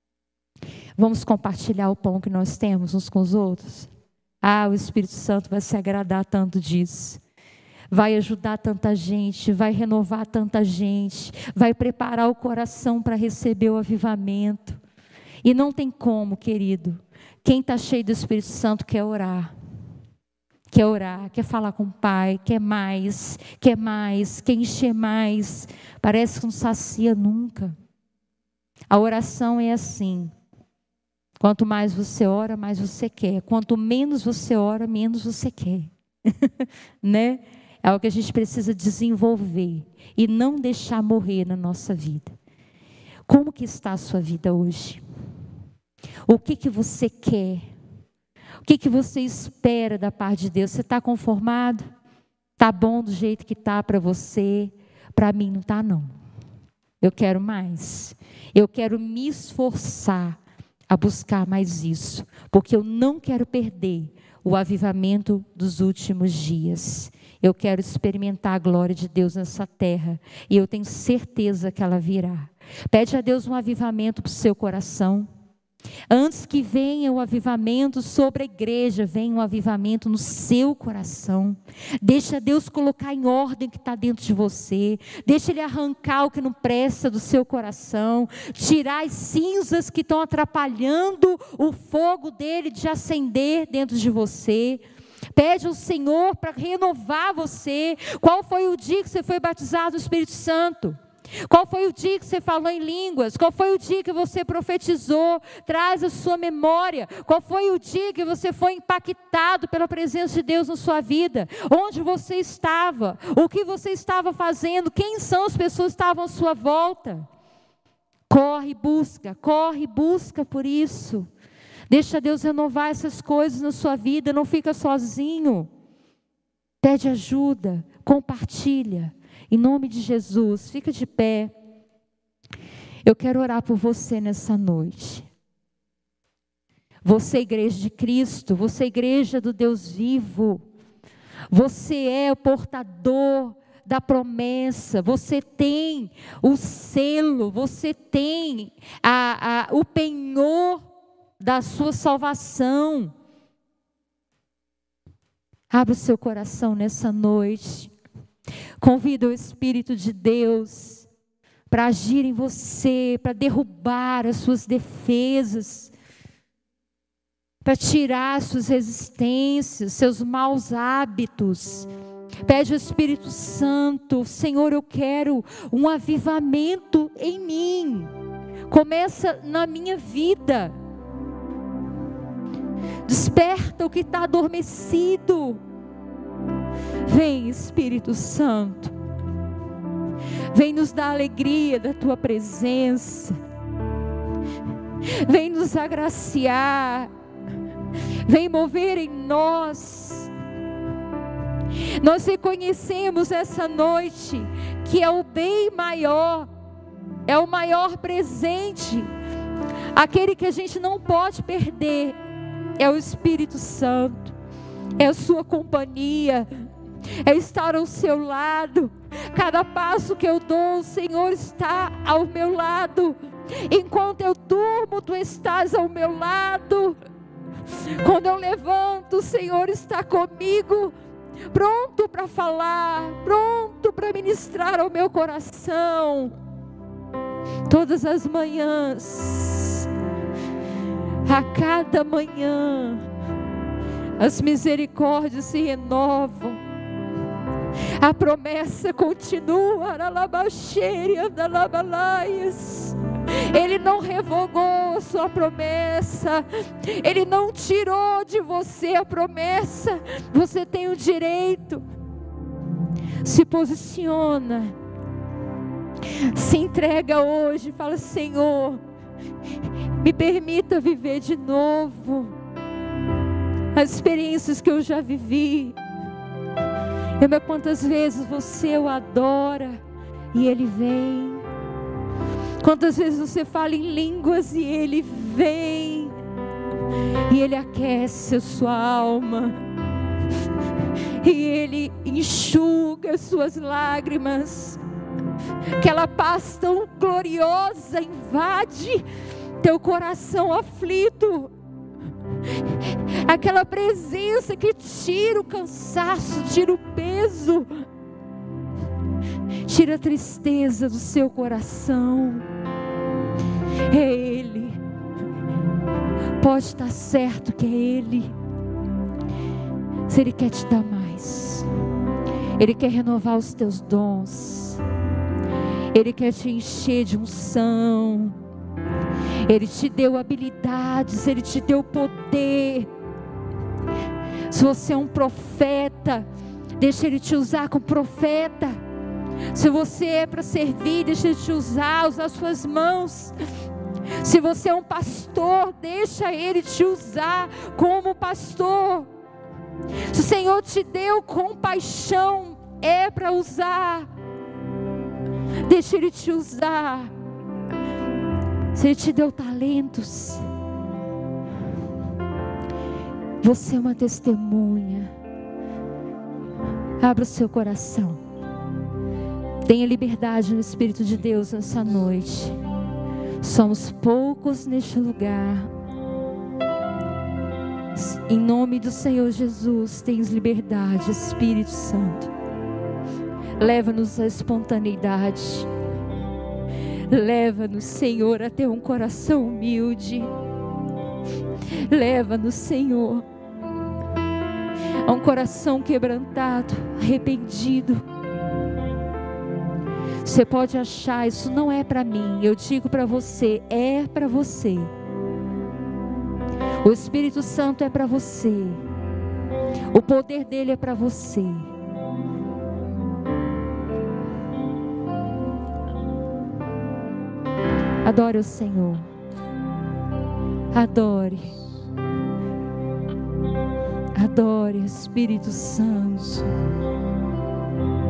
Vamos compartilhar o pão que nós temos uns com os outros? Ah, o Espírito Santo vai se agradar tanto disso. Vai ajudar tanta gente, vai renovar tanta gente, vai preparar o coração para receber o avivamento. E não tem como, querido, quem está cheio do Espírito Santo quer orar. Quer orar, quer falar com o Pai, quer mais, quer mais, quer encher mais. Parece que não sacia nunca. A oração é assim. Quanto mais você ora, mais você quer. Quanto menos você ora, menos você quer. Né? É o que a gente precisa desenvolver e não deixar morrer na nossa vida. Como que está a sua vida hoje? O que que você quer? O que que você espera da parte de Deus? Você está conformado? Está bom do jeito que está para você? Para mim não está não. Eu quero mais. Eu quero me esforçar a buscar mais isso, porque eu não quero perder o avivamento dos últimos dias. Eu quero experimentar a glória de Deus nessa terra, e eu tenho certeza que ela virá. Pede a Deus um avivamento para o seu coração. Antes que venha o avivamento sobre a igreja, venha um avivamento no seu coração. Deixa Deus colocar em ordem o que está dentro de você. Deixa Ele arrancar o que não presta do seu coração. Tirar as cinzas que estão atrapalhando o fogo dele de acender dentro de você. Pede ao Senhor para renovar você. Qual foi o dia que você foi batizado no Espírito Santo? Qual foi o dia que você falou em línguas? Qual foi o dia que você profetizou? Traz a sua memória. Qual foi o dia que você foi impactado pela presença de Deus na sua vida? Onde você estava? O que você estava fazendo? Quem são as pessoas que estavam à sua volta? Corre, busca, corre, busca por isso. Deixa Deus renovar essas coisas na sua vida. Não fica sozinho. Pede ajuda, compartilha. Em nome de Jesus, fica de pé. Eu quero orar por você nessa noite. Você, igreja de Cristo, você, igreja do Deus vivo. Você é o portador da promessa. Você tem o selo, você tem a, a, o penhor da sua salvação. Abra o seu coração nessa noite. Convida o Espírito de Deus para agir em você, para derrubar as suas defesas, para tirar as suas resistências, seus maus hábitos. Pede ao Espírito Santo: Senhor, eu quero um avivamento em mim. Começa na minha vida. Desperta o que está adormecido. Vem, Espírito Santo, vem nos dar alegria da Tua presença, vem nos agraciar, vem mover em nós. Nós reconhecemos essa noite que é o bem maior, é o maior presente, aquele que a gente não pode perder, é o Espírito Santo, é a sua companhia, é estar ao seu lado. Cada passo que eu dou, o Senhor está ao meu lado. Enquanto eu durmo, Tu estás ao meu lado. Quando eu levanto, o Senhor está comigo, pronto para falar, pronto para ministrar ao meu coração. Todas as manhãs, a cada manhã, as misericórdias se renovam. A promessa continua. Ele não revogou a sua promessa. Ele não tirou de você a promessa. Você tem o direito. Se posiciona. Se entrega hoje. Fala: Senhor, me permita viver de novo as experiências que eu já vivi. Lembra quantas vezes você o adora e Ele vem? Quantas vezes você fala em línguas e Ele vem? E Ele aquece a sua alma. E Ele enxuga as suas lágrimas. Aquela paz tão gloriosa invade teu coração aflito. Aquela presença que tira o cansaço, tira o peso, tira a tristeza do seu coração. É Ele. Pode estar certo que é Ele. Se Ele quer te dar mais, Ele quer renovar os teus dons, Ele quer te encher de unção. Ele te deu habilidades, Ele te deu poder. Se você é um profeta, deixa Ele te usar como profeta. Se você é para servir, deixa Ele te usar, usar suas mãos. Se você é um pastor, deixa Ele te usar como pastor. Se o Senhor te deu compaixão, é para usar. Deixa Ele te usar. Se Ele te deu talentos, você é uma testemunha. Abra o seu coração. Tenha liberdade no Espírito de Deus nessa noite. Somos poucos neste lugar. Em nome do Senhor Jesus, tens liberdade, Espírito Santo. Leva-nos à espontaneidade. Leva-nos, Senhor, a ter um coração humilde. Leva-nos, Senhor, a um coração quebrantado, arrependido. Você pode achar, isso não é para mim. Eu digo para você, é para você. O Espírito Santo é para você. O poder dele é para você. Adore o Senhor. Adore. Adore, Espírito Santo.